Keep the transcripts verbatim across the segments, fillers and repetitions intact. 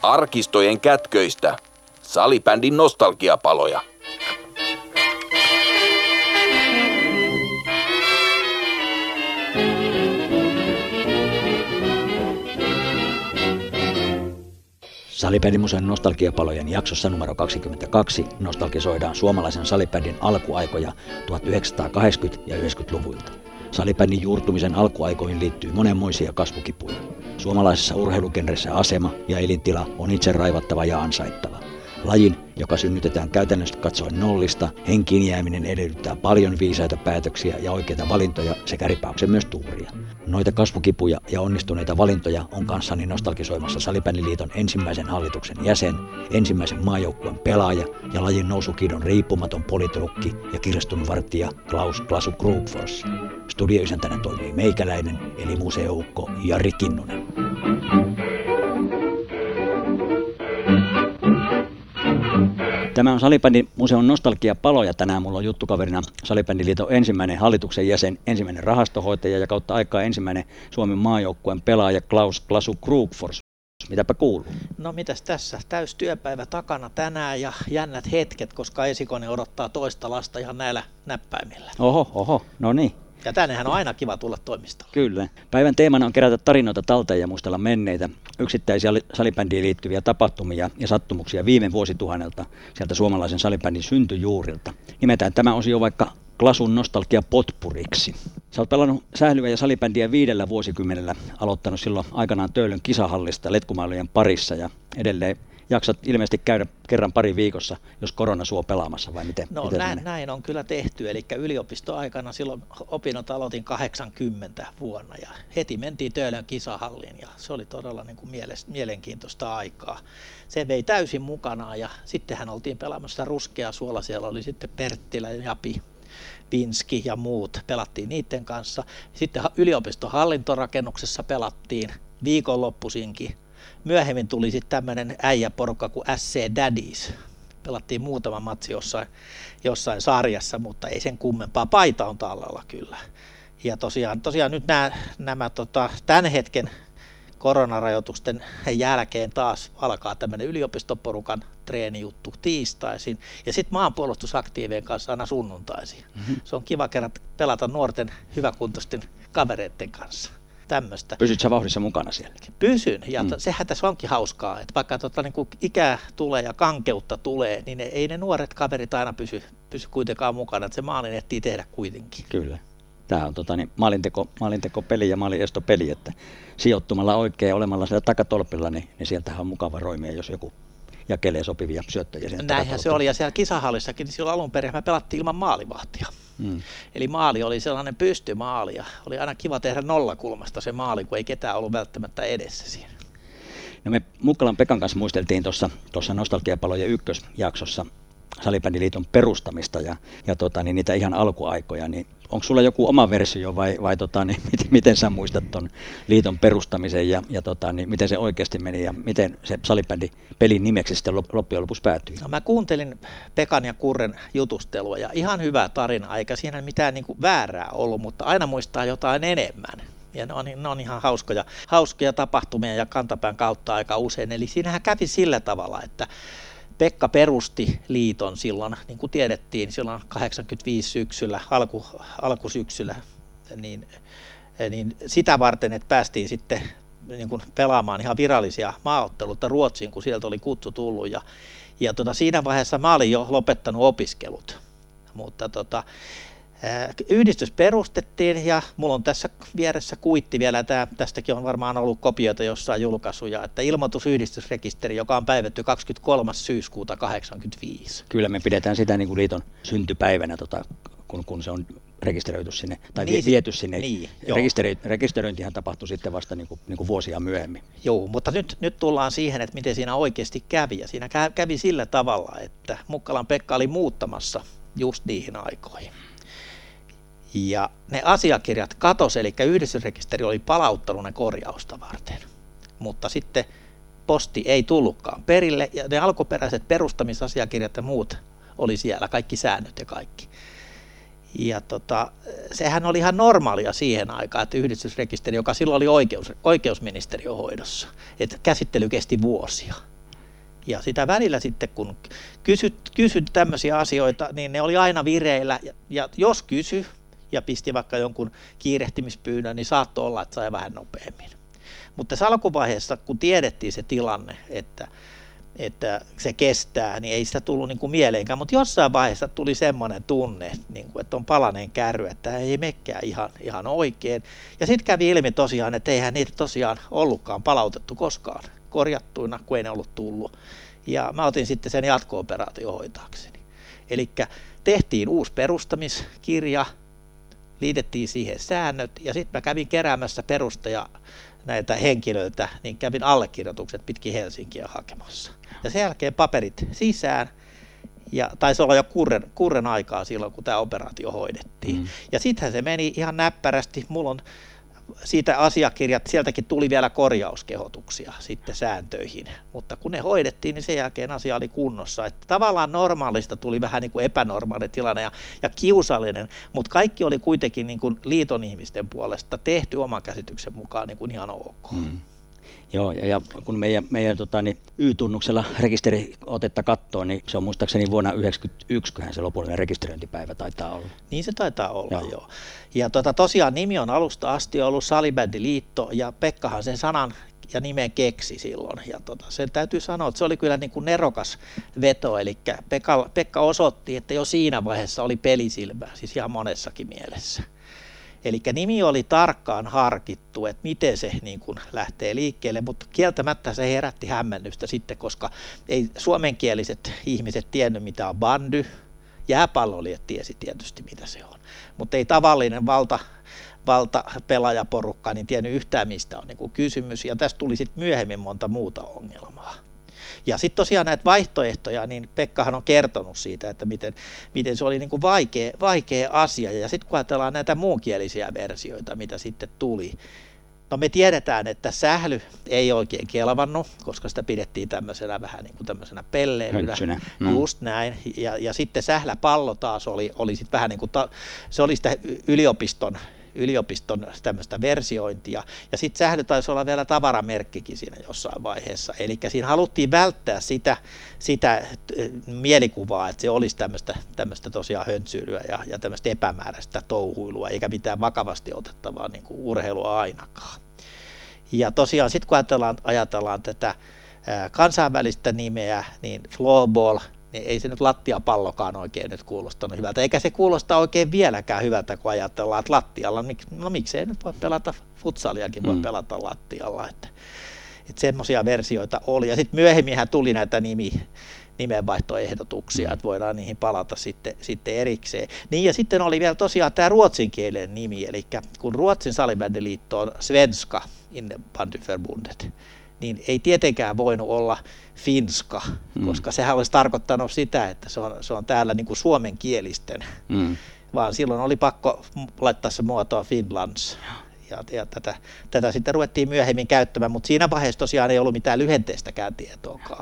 Arkistojen kätköistä. Salibändin nostalgiapaloja. Salibändimuseon nostalgiapalojen jaksossa numero kaksikymmentäkaksi nostalgisoidaan suomalaisen salibändin alkuaikoja tuhatyhdeksänsataakahdeksankymmentä- ja yhdeksänkymmentäluvuilta. Salibändin juurtumisen alkuaikoihin liittyy monenmoisia kasvukipuja. Suomalaisessa urheilugenressä asema ja elintila on itse raivattava ja ansaittava. Lajin, joka synnytetään käytännössä katsoen nollista, henkiin jääminen edellyttää paljon viisaita päätöksiä ja oikeita valintoja sekä ripauksen myös tuuria. Noita kasvukipuja ja onnistuneita valintoja on kanssani nostalgisoimassa Salibändiliiton ensimmäisen hallituksen jäsen, ensimmäisen maajoukkueen pelaaja ja lajin nousukiidon riippumaton politrukki ja kirstunvartija Klaus Klasu Krugfors. Studioisäntänä toimii meikäläinen eli museoukko Jari Kinnunen. Tämä on Salibändimuseon nostalgiapaloja. Tänään mulla on juttukaverina Salibändiliiton ensimmäinen hallituksen jäsen, ensimmäinen rahastohoitaja ja kautta aikaa ensimmäinen Suomen maajoukkueen pelaaja Klaus Klasu Krugfors. Mitäpä kuuluu? No mitäs tässä? Täys työpäivä takana tänään ja jännät hetket, koska esikone odottaa toista lasta ihan näillä näppäimillä. Oho, oho, no niin. Ja tännehän on aina kiva tulla toimistoon. Kyllä. Päivän teemana on kerätä tarinoita talteen ja muistella menneitä, yksittäisiä salibändiin liittyviä tapahtumia ja sattumuksia viime vuosituhannelta, sieltä suomalaisen salibändin syntyjuurilta. Nimetään tämä osio vaikka Klasun nostalgia potpuriksi. Sä oot pelannut sählyä ja salibändiä viidellä vuosikymmenellä, aloittanut silloin aikanaan Töölön kisahallista letkumailujen parissa ja edelleen jaksat ilmeisesti käydä kerran pari viikossa, jos korona suo pelaamassa vai miten? No miten näin, näin on kyllä tehty, eli yliopistoaikana silloin opinnot aloitin kahdeksankymmentä vuonna ja heti mentiin Töölön kisahalliin ja se oli todella niin kuin mielenkiintoista aikaa. Se vei täysin mukanaan ja sittenhän oltiin pelaamassa Ruskea suola, siellä oli sitten Perttilä, Japi, Pinski ja muut, pelattiin niiden kanssa. Sitten yliopiston hallintorakennuksessa pelattiin viikonloppuisinkin. Myöhemmin tuli sitten tämmöinen äijäporukka kuin S C Daddies. Pelattiin muutama matsi jossain, jossain sarjassa, mutta ei sen kummempaa. Paita on tallella kyllä. Ja tosiaan, tosiaan nyt nämä, nämä tota, tämän hetken koronarajoitusten jälkeen taas alkaa tämmöinen yliopistoporukan treenijuttu tiistaisin. Ja sitten maanpuolustusaktiivien kanssa aina sunnuntaisin. Mm-hmm. Se on kiva kerran pelata nuorten hyväkuntoisten kavereiden kanssa. Tämmöistä. Pysyt sä vauhdissa mukana siellä? Pysyn, ja mm. sehän tässä onkin hauskaa, että vaikka tota, niin kun ikää tulee ja kankeutta tulee, niin ne, ei ne nuoret kaverit aina pysy, pysy kuitenkaan mukana, että se maalin ehtii tehdä kuitenkin. Kyllä. Tämä on tota, niin, maalinteko, maalinteko-peli ja maaliestopeli, että sijoittumalla oikein olemalla siellä takatolpilla, niin, niin sieltähän on mukava roimia, jos joku jakelee sopivia syöttöjä. Näinhän se oli, ja siellä kisahallissakin niin silloin alun perin me pelattiin ilman maalivahtia. Mm. Eli maali oli sellainen pystymaali ja oli aina kiva tehdä nollakulmasta se maali, kun ei ketään ollut välttämättä edessä siinä. No me Mukkalan Pekan kanssa muisteltiin tuossa tuossa nostalgiapalojen ykkösjaksossa Salibändiliiton perustamista ja, ja tota, niin niitä ihan alkuaikoja, niin onko sulla joku oma versio vai, vai tota, niin, miten, miten sä muistat tuon liiton perustamisen ja, ja tota, niin, miten se oikeasti meni ja miten se salibändi pelin nimeksi sitten loppujen lopuksi päätyi? No, mä kuuntelin Pekan ja Kurren jutustelua ja ihan hyvä tarina, eikä siinä mitään niin kuin väärää ollut, mutta aina muistaa jotain enemmän. Ja ne on, ne on ihan hauskoja, hauskoja tapahtumia ja kantapään kautta aika usein. Eli siinähän kävi sillä tavalla, että Pekka perusti liiton silloin, niin kuin tiedettiin, silloin kahdeksankymmentäviisi syksyllä, alku, alkusyksyllä, niin, niin sitä varten, että päästiin sitten niin kuin pelaamaan ihan virallisia maaotteluita Ruotsiin, kun sieltä oli kutsu tullut. Ja, ja tota, siinä vaiheessa mä olin jo lopettanut opiskelut, mutta tota, yhdistys perustettiin ja mulla on tässä vieressä kuitti vielä, tää, tästäkin on varmaan ollut kopioita jossain julkaisuja, että ilmoitusyhdistysrekisteri, joka on päivätty kahdeskymmeneskolmas syyskuuta kahdeksankymmentäviisi. Kyllä me pidetään sitä niin kuin liiton syntypäivänä, tota, kun, kun se on rekisteröity sinne tai niin, viety sinne. Niin, Rekisteri, rekisteröintihän tapahtui sitten vasta niin kuin, niin kuin vuosia myöhemmin. Joo, mutta nyt, nyt tullaan siihen, että miten siinä oikeasti kävi. Ja siinä kävi sillä tavalla, että Mukkalan Pekka oli muuttamassa just niihin aikoihin. Ja ne asiakirjat katosi, eli yhdistysrekisteri oli palauttanut ne korjausta varten, mutta sitten posti ei tullutkaan perille, ja ne alkuperäiset perustamisasiakirjat ja muut oli siellä, kaikki säännöt ja kaikki. Ja tota, sehän oli ihan normaalia siihen aikaan, että yhdistysrekisteri, joka silloin oli oikeus, oikeusministeriön hoidossa, että käsittely kesti vuosia. Ja sitä välillä sitten, kun kysyt, kysyt tämmöisiä asioita, niin ne oli aina vireillä. Ja, ja jos kysy ja pisti vaikka jonkun kiirehtimispyynnön, niin saattoi olla, että sai vähän nopeammin. Mutta tässä alkuvaiheessa, kun tiedettiin se tilanne, että, että se kestää, niin ei sitä tullut niin kuin mieleenkään. Mutta jossain vaiheessa tuli semmoinen tunne, niin kuin, että on palaneen kärry, että ei menekään ihan, ihan oikein. Ja sitten kävi ilmi tosiaan, että eihän niitä tosiaan ollutkaan palautettu koskaan korjattuina, kun ei ne ollut tullut. Ja mä otin sitten sen jatko-operaatio hoitaakseni. Eli tehtiin uusi perustamiskirja, liitettiin siihen säännöt ja sitten mä kävin keräämässä perustaja näitä henkilöitä, niin kävin allekirjoitukset pitkin Helsinkiä hakemassa. Ja sen jälkeen paperit sisään ja taisi olla jo kurren, kurren aikaa silloin, kun tämä operaatio hoidettiin. Mm. Ja sittenhän se meni ihan näppärästi. Mulla on siitä asiakirjat, sieltäkin tuli vielä korjauskehotuksia sitten sääntöihin, mutta kun ne hoidettiin, niin sen jälkeen asia oli kunnossa. Että tavallaan normaalista tuli vähän niin kuin epänormaali tilanne ja, ja kiusallinen, mutta kaikki oli kuitenkin niin kuin liiton ihmisten puolesta tehty oman käsityksen mukaan niin kuin ihan ok. Hmm. Joo, ja, ja kun meidän, meidän tota, niin Y-tunnuksella rekisteriotetta katsoo, niin se on muistaakseni vuonna yhdeksänkymmentäyksi, köhän se lopullinen rekisteröintipäivä taitaa olla. Niin se taitaa olla, joo. joo. Ja tota, tosiaan nimi on alusta asti ollut Salibändiliitto, ja Pekkahan sen sanan ja nimen keksi silloin. Ja tota, sen täytyy sanoa, että se oli kyllä niin kuin nerokas veto, eli Pekka, Pekka osoitti, että jo siinä vaiheessa oli pelisilmää, siis ihan monessakin mielessä. Eli nimi oli tarkkaan harkittu, että miten se niin kuin lähtee liikkeelle, mutta kieltämättä se herätti hämmennystä sitten, koska ei suomenkieliset ihmiset tiennyt, mitä on bandy. Jääpalloilijat tiesi tietysti, mitä se on, mutta ei tavallinen valta, valtapelaajaporukka niin tiennyt yhtään, mistä on niin kuin kysymys, ja tästä tuli sitten myöhemmin monta muuta ongelmaa. Ja sitten tosiaan näitä vaihtoehtoja, niin Pekkahan on kertonut siitä, että miten, miten se oli niin kuin vaikea, vaikea asia. Ja sitten kun ajatellaan näitä muunkielisiä versioita, mitä sitten tuli, no me tiedetään, että sähly ei oikein kelvannut, koska sitä pidettiin tämmöisenä vähän niin kuin tämmöisenä pelleilynä. Mm. Just näin. Ja, ja sitten sähläpallo taas oli, oli sitten vähän niin kuin, ta, se oli sitä yliopiston, yliopiston tämmöistä versiointia, ja sitten sähly taisi olla vielä tavaramerkkikin siinä jossain vaiheessa, eli siinä haluttiin välttää sitä, sitä mielikuvaa, että se olisi tämmöistä, tämmöistä tosiaan höntsyilyä ja, ja tämmöistä epämääräistä touhuilua, eikä mitään vakavasti otettavaa niin kuin urheilua ainakaan. Ja tosiaan sitten kun ajatellaan, ajatellaan tätä ää, kansainvälistä nimeä, niin floorball, niin ei se nyt lattiapallokaan oikein nyt kuulostanut hyvältä, eikä se kuulosta oikein vieläkään hyvältä, kun ajatellaan, että lattialla, no miksei nyt voi pelata, futsaliakin voi mm. pelata lattialla, että, että semmoisia versioita oli, ja sitten myöhemminhän tuli näitä nimi, nimenvaihtoehdotuksia, mm. että voidaan niihin palata sitten, sitten erikseen. Niin ja sitten oli vielä tosiaan tämä ruotsinkielinen nimi, eli kun Ruotsin salibändiliitto on Svenska Innebandyförbundet, niin ei tietenkään voinut olla finska, mm. koska sehän olisi tarkoittanut sitä, että se on, se on täällä niin kuin suomenkielisten, mm. vaan silloin oli pakko laittaa se muotoa Finlands. Ja, ja tätä, tätä sitten ruvettiin myöhemmin käyttämään, mutta siinä vaiheessa tosiaan ei ollut mitään lyhenteistäkään tietoakaan.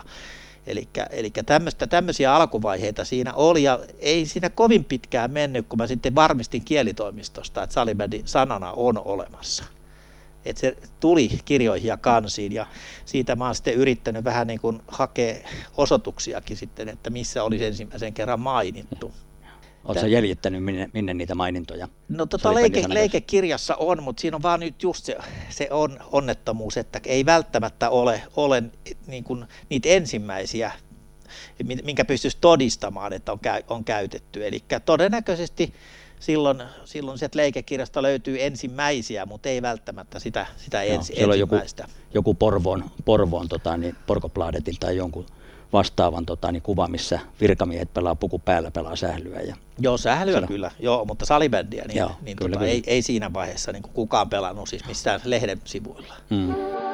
Eli tämmöisiä alkuvaiheita siinä oli, ja ei siinä kovin pitkään mennyt, kun mä sitten varmistin kielitoimistosta, että salibändi sanana on olemassa. Että se tuli kirjoihin ja kansiin, ja siitä mä oon sitten yrittänyt vähän niin kuin hakea osoituksiakin sitten, että missä olisi ensimmäisen kerran mainittu. Oletko jäljittänyt, minne, minne niitä mainintoja? No tota leike, leikekirjassa on, mutta siinä on vaan nyt just se, se on onnettomuus, että ei välttämättä ole, ole niin kuin niitä ensimmäisiä, minkä pystyisi todistamaan, että on, käy, on käytetty. Eli todennäköisesti silloin, silloin sieltä leikekirjasta löytyy ensimmäisiä, mutta ei välttämättä sitä, sitä ensi, no, ensimmäistä. Joku, joku Porvoon, Porvoon tota, niin Porkobladetin tai jonkun vastaavan tota, niin kuva, missä virkamiehet pelaa puku päällä, pelaa sählyä. Ja joo, sählyä siellä kyllä, joo, mutta salibändiä niin, joo, niin kyllä, tota, kyllä. Ei, ei siinä vaiheessa niin kukaan pelannut siis missään lehden sivuilla. Hmm.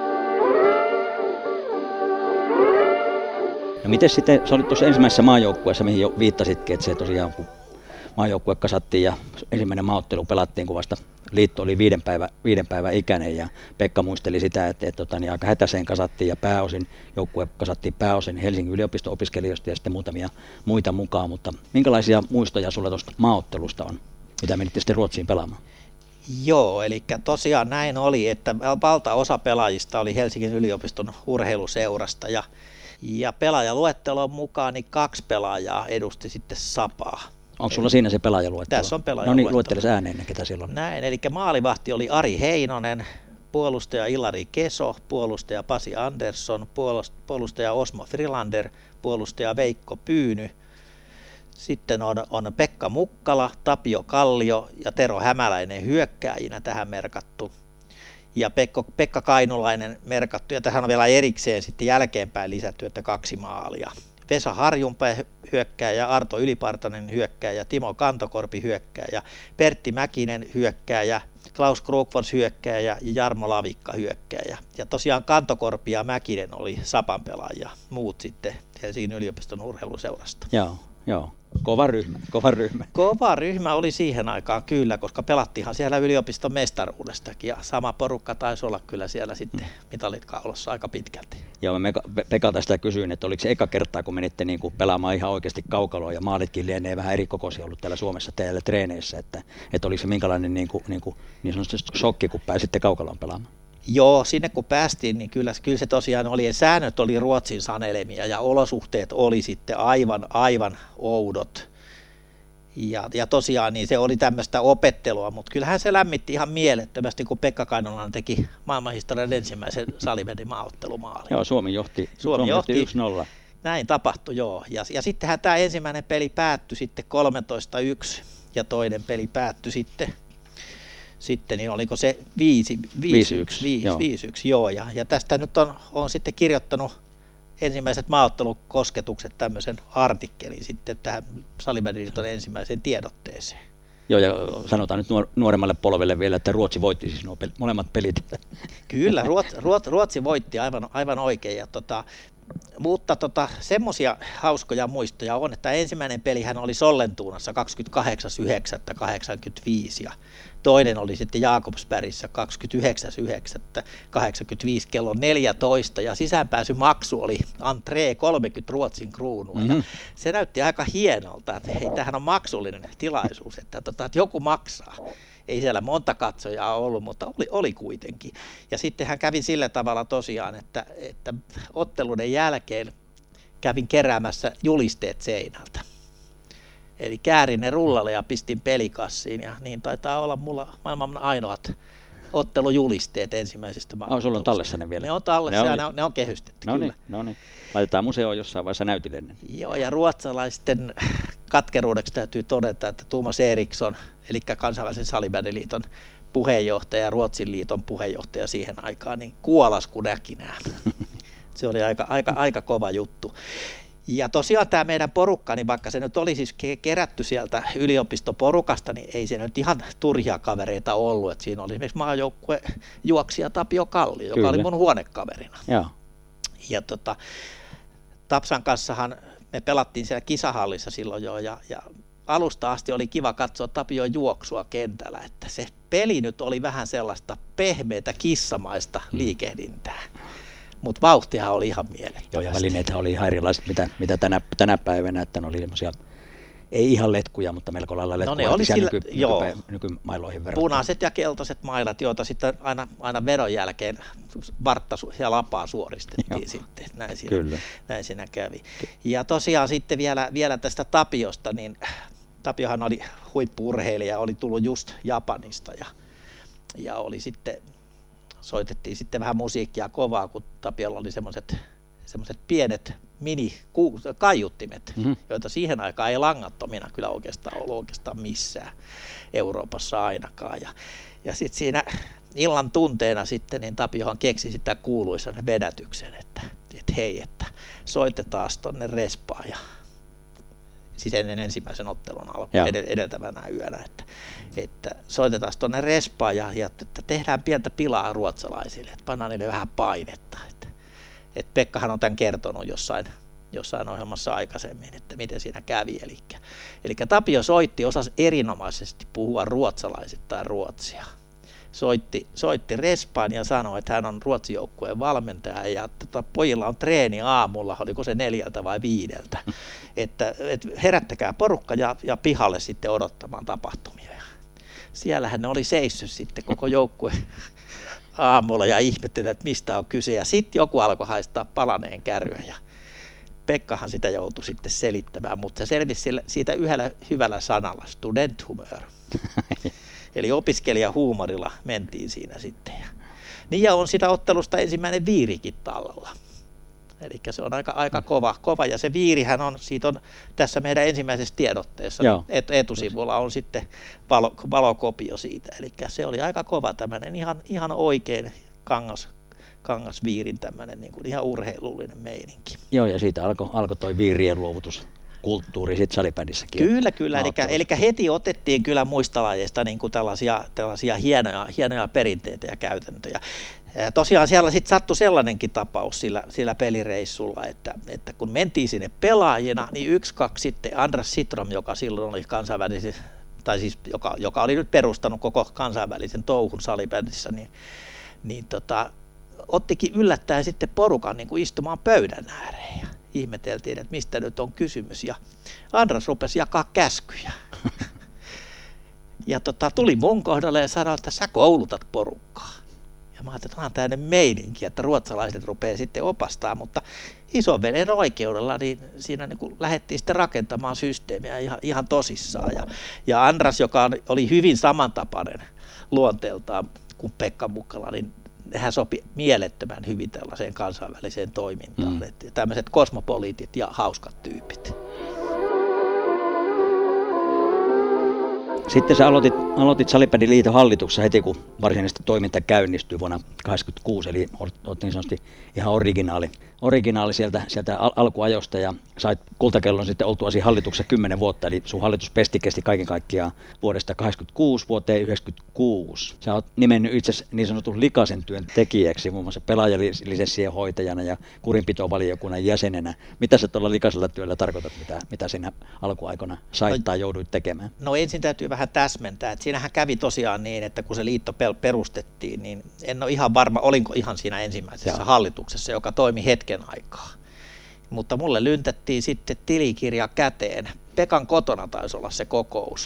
No miten sitten, sä olit tuossa ensimmäisessä maajoukkueessa, mihin jo viittasitkin, että se tosiaan kun maajoukkue kasattiin ja ensimmäinen maaottelu pelattiin, kun vasta liitto oli viiden päivän, viiden päivän ikäinen, ja Pekka muisteli sitä, että, että, että niin aika hätäiseen kasattiin ja pääosin, joukkue kasattiin pääosin Helsingin yliopisto-opiskelijoista ja sitten muutamia muita mukaan, mutta minkälaisia muistoja sulla tuosta maaottelusta on, mitä menitte sitten Ruotsiin pelaamaan? Joo, eli tosiaan näin oli, että valtaosa pelaajista oli Helsingin yliopiston urheiluseurasta, ja Ja pelaajaluettelon mukaan niin kaksi pelaajaa edusti sitten Sapaa. Onko sulla siinä se pelaajaluettelo? Tässä on pelaajaluettelo. No niin, luettelisi ääneen, ketä siellä on. Näin, eli maalivahti oli Ari Heinonen, puolustaja Ilari Keso, puolustaja Pasi Andersson, puolustaja Osmo Frilander, puolustaja Veikko Pyyny. Sitten on, on Pekka Mukkala, Tapio Kallio ja Tero Hämäläinen hyökkääjinä tähän merkattu. Ja Pekko, Pekka Kainulainen merkattu, ja tähän on vielä erikseen sitten jälkeenpäin lisätty, että kaksi maalia. Vesa Harjunpää hyökkääjä, Arto Ylipartanen hyökkääjä, Timo Kantokorpi hyökkääjä, Pertti Mäkinen hyökkääjä, Klaus Krugfors hyökkääjä ja Jarmo Lavikka hyökkääjä. Ja tosiaan Kantokorpi ja Mäkinen oli Sapan pelaajia, muut sitten Helsingin yliopiston urheiluseurasta. Joo, joo. Kova ryhmä, kova ryhmä. Kova ryhmä oli siihen aikaan kyllä, koska pelattiinhan siellä yliopiston mestaruudestakin ja sama porukka taisi olla kyllä siellä sitten mitalit kaulossa aika pitkälti. Joo, mä Pekka tästä kysyin, että oliko se eka kertaa, kun menitte niin kuin pelaamaan ihan oikeasti kaukaloa ja maalitkin lienee vähän eri kokoisia ollut täällä Suomessa teillä treeneissä, että, että oliko se minkälainen niin, kuin, niin, kuin, niin sanotusti shokki, kun pääsitte kaukaloon pelaamaan? Joo, sinne kun päästiin, niin kyllä, kyllä se tosiaan oli, ja säännöt oli Ruotsin sanelemia ja olosuhteet oli sitten aivan, aivan oudot. Ja, ja tosiaan niin se oli tämmöistä opettelua, mutta kyllähän se lämmitti ihan mielettömästi, kun Pekka Kainulainen teki maailmanhistorian ensimmäisen salibändimaaottelumaalin. Joo, Suomi johti, Suomi Suomi johti johti yksi nolla. Näin tapahtui, joo. Ja, ja sittenhän tämä ensimmäinen peli päättyi sitten kolmetoista yksi ja toinen peli päättyi sitten Sitten niin oliko se viisi yksi, joo, ja, ja tästä nyt on, on sitten kirjoittanut ensimmäiset maaottelukosketukset tämmöisen artikkelin sitten tähän Salibändiliiton ensimmäiseen tiedotteeseen. Joo, ja sanotaan nyt nuoremmalle polvelle vielä, että Ruotsi voitti siis nuo pel- molemmat pelit. Kyllä, Ruotsi, Ruotsi voitti aivan, aivan oikein, ja tota, mutta tota, semmoisia hauskoja muistoja on, että ensimmäinen pelihän oli Sollentuunassa kaksikymmentäkahdeksas yhdeksättä kahdeksankymmentäviisi ja toinen oli sitten Jakobsbergissä kaksikymmentäyhdeksäs yhdeksättä kahdeksankymmentäviisi kello neljätoista ja sisäänpääsymaksu oli entree kolmekymmentä Ruotsin kruunua. Mm-hmm. Se näytti aika hienolta, että hei, tämähän on maksullinen tilaisuus, että, tota, että joku maksaa. Ei siellä monta katsojaa ollut, mutta oli, oli kuitenkin. Ja sitten hän kävi sillä tavalla tosiaan, että, että otteluiden jälkeen kävin keräämässä julisteet seinältä. Eli käärin ne rullalle ja pistin pelikassiin, ja niin taitaa olla mulla maailman ainoat ottelujulisteet ensimmäisestä maailmanottelusta. Oh, sulla on tallessa ne vielä? Ne on tallessa ne on, ja ne on, ne on kehystetty, no kyllä. Niin, no niin. Laitetaan museoon jossain vaiheessa näytille. Joo, ja ruotsalaisten katkeruudeksi täytyy todeta, että Thomas Eriksson, eli kansainvälisen salibändiliiton puheenjohtaja ja Ruotsin liiton puheenjohtaja siihen aikaan, niin kuolas kun näki nämä. Se oli aika, aika, aika kova juttu. Ja tosiaan tämä meidän porukka, niin vaikka se nyt oli siis kerätty sieltä yliopistoporukasta, niin ei se nyt ihan turhia kavereita ollut. Et siinä oli esimerkiksi maajoukkue juoksija Tapio Kallio, joka Kyllä. oli mun huonekaverina. Joo. Ja tota, Tapsan kanssahan me pelattiin siellä kisahallissa silloin jo, ja, ja alusta asti oli kiva katsoa Tapion juoksua kentällä, että se peli nyt oli vähän sellaista pehmeätä kissamaista liikehdintää. Mutta vauhtihan oli ihan mielettömästi. Joo, ja välineethän oli ihan erilaiset, mitä, mitä tänä, tänä päivänä, että ne oli semmoisia, ei ihan letkuja, mutta melko lailla letkuja no sillä, nyky, nyky, nykymailoihin verrattuna. Punaiset ja keltaiset mailat, joita sitten aina, aina vedon jälkeen vartta ja lapaa suoristettiin joo. sitten. Näin siinä, Kyllä. näin siinä kävi. Ja tosiaan sitten vielä, vielä tästä Tapiosta, niin Tapiohan oli huippu-urheilija, oli tullut just Japanista ja, ja oli sitten... Soitettiin sitten vähän musiikkia kovaa, kun Tapiolla oli semmoiset semmoiset pienet mini-kaiuttimet, mm-hmm. joita siihen aikaan ei langattomina kyllä oikeastaan ollut oikeastaan missään Euroopassa ainakaan. Ja, ja sitten siinä illan tunteena sitten niin Tapiohan keksi sitä kuuluisan vedätyksen, että, että hei, että soitetaan tonne respaan ja siis ennen ensimmäisen ottelun alkuun edeltävänä yönä, että, että soitetaan tuonne respaan ja, ja että tehdään pientä pilaa ruotsalaisille, että pannaan niille vähän painetta. Että, että Pekkahan on tämän kertonut jossain, jossain ohjelmassa aikaisemmin, että miten siinä kävi. Eli, eli Tapio soitti, osasi erinomaisesti puhua ruotsalaisittain ruotsia. Soitti, soitti respaan ja sanoi, että hän on Ruotsin joukkueen valmentaja ja tota, pojilla on treeni aamulla, oliko se neljältä vai viideltä, että, että herättäkää porukka ja, ja pihalle sitten odottamaan tapahtumia. Ja siellähän ne oli seissyt sitten koko joukkue aamulla ja ihmetteli, että mistä on kyse ja sitten joku alkoi haistaa palaneen kärryä ja Pekkahan sitä joutui sitten selittämään, mutta se selvisi siitä yhdellä hyvällä sanalla, studenthumör. Eli opiskelijahuumorilla mentiin siinä sitten. Niin ja on sitä ottelusta ensimmäinen viirikin tallella. Eli se on aika, aika kova, kova, ja se viirihän on, siitä on tässä meidän ensimmäisessä tiedotteessa, et, etusivulla on sitten valo, valokopio siitä, eli se oli aika kova tämmöinen ihan, ihan oikein kangas, kangasviirin tämmöinen niin kuin ihan urheilullinen meininki. Joo, ja siitä alkoi alko toi viirien luovutus. Kulttuuri sitten salibändissäkin. Kyllä, kyllä. Eli, eli heti otettiin kyllä muista lajeista niin kuin tällaisia, tällaisia hienoja, hienoja perinteitä ja käytäntöjä. Ja tosiaan siellä sitten sattui sellainenkin tapaus sillä, sillä pelireissulla, että, että kun mentiin sinne pelaajina, niin yksi, kaksi sitten Andras Sitrom, joka silloin oli kansainvälisen, tai siis joka, joka oli nyt perustanut koko kansainvälisen touhun salibändissä, niin, niin tota, ottikin yllättäen sitten porukan niin kuin istumaan pöydän ääreen. Ja ihmeteltiin, että mistä nyt on kysymys, ja Andras rupesi jakaa käskyjä. Ja tota, tuli mun kohdalle ja sanoi, että sä koulutat porukkaa. Ja mä ajattelin, että on tämmöinen meininki, että ruotsalaiset rupeaa sitten opastaa, mutta isoveden oikeudella niin siinä niin kuin lähdettiin sitten rakentamaan systeemiä ihan, ihan tosissaan. Ja, ja Andras, joka oli hyvin samantapainen luonteeltaan kuin Pekka Mukkala, niin hän sopi mielettömän hyvin tällaiseen kansainväliseen toimintaan. Mm. Että tämmöiset kosmopoliitit ja hauskat tyypit. Sitten sä aloitit, aloitit Salibändiliiton hallituksessa heti, kun varsinaisesti toiminta käynnistyi vuonna tuhatyhdeksänsataakahdeksankymmentäkuusi, eli olet niin sanotusti ihan originaali, originaali sieltä, sieltä al- alkuajosta, ja sait kultakellon sitten oltuasi hallituksessa kymmenen vuotta, eli sun hallituspesti kesti kaiken kaikkiaan vuodesta kahdeksankymmentäkuusi vuoteen yhdeksänkymmentäkuusi. Sä oot nimennyt itse niin sanotun likaisen työn tekijäksi, muun muassa pelaajalisenssien hoitajana ja kurinpitovaliokunnan jäsenenä. Mitä sä tuolla likaisella työllä tarkoitat, mitä, mitä siinä alkuaikona sait tai jouduit tekemään? No ensin täytyy vähän täsmentää, että siinähän kävi tosiaan niin, että kun se liitto perustettiin, niin en ole ihan varma, olinko ihan siinä ensimmäisessä Jaa. hallituksessa, joka toimi hetken aikaa. Mutta mulle lyntättiin sitten tilikirja käteen. Pekan kotona taisi olla se kokous.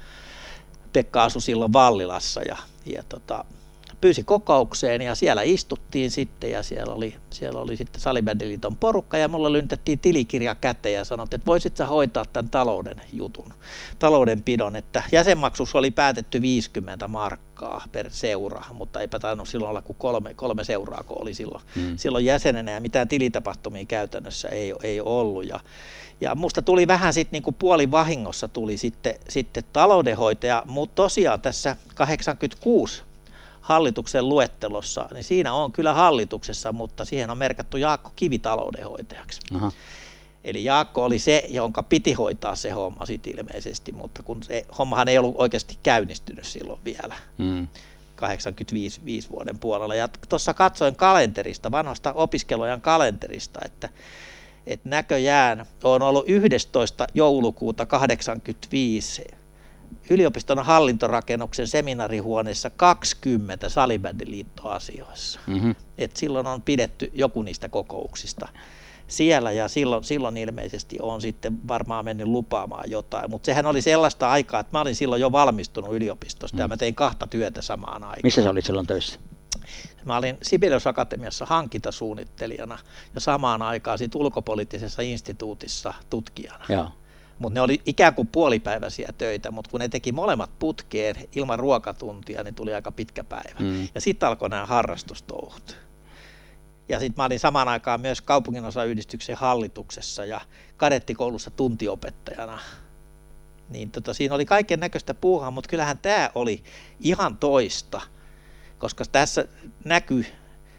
Pekka asui silloin Vallilassa ja, ja tota, pyysi kokoukseen ja siellä istuttiin sitten ja siellä oli, siellä oli sitten Salibändiliiton porukka ja mulla lyntättiin tilikirja käteen ja sanottiin, että voisit sä hoitaa tämän talouden jutun, taloudenpidon, että jäsenmaksussa oli päätetty viisikymmentä markkaa per seura, mutta eipä tainnut silloin olla kuin kolme, kolme seuraa, kun oli silloin, hmm. silloin jäsenenä ja mitään tilitapahtumia käytännössä ei, ei ollut. Ja, ja musta tuli vähän sitten niin kuin puoli vahingossa tuli sitten, sitten taloudenhoitaja, mutta tosiaan tässä kahdeksankymmentäkuusi hallituksen luettelossa, niin siinä on kyllä hallituksessa, mutta siihen on merkattu Jaakko Kivi taloudenhoitajaksi. Aha. Eli Jaakko oli se, jonka piti hoitaa se homma sit ilmeisesti, mutta kun se hommahan ei ollut oikeasti käynnistynyt silloin vielä. Mm. kahdeksankymmentäviisi vuoden puolella. Ja tuossa katsoin kalenterista, vanhasta opiskeluajan kalenterista, että, että näköjään on ollut yhdestoista joulukuuta kahdeksankymmentäviisi yliopiston hallintorakennuksen seminaarihuoneessa kaksikymmentä salibändiliittoasioissa. Mm-hmm. Et silloin on pidetty joku niistä kokouksista siellä ja silloin, silloin ilmeisesti on sitten varmaan mennyt lupaamaan jotain. Mutta sehän oli sellaista aikaa, että mä olin silloin jo valmistunut yliopistosta mm. ja mä tein kahta työtä samaan aikaan. Missä sä olit silloin töissä? Mä olin Sibelius Akatemiassa hankintasuunnittelijana ja samaan aikaan sit ulkopoliittisessa instituutissa tutkijana. Joo. Mutta ne oli ikään kuin puolipäiväisiä töitä, mutta kun ne teki molemmat putkeen ilman ruokatuntia, niin tuli aika pitkä päivä. Mm. Ja sitten alkoi nämä harrastustouhut. Ja sitten mä olin samaan aikaan myös kaupunginosayhdistyksen hallituksessa ja kadettikoulussa tuntiopettajana. Niin tota, siinä oli kaiken näköistä puuhaa, mutta kyllähän tämä oli ihan toista, koska tässä näkyy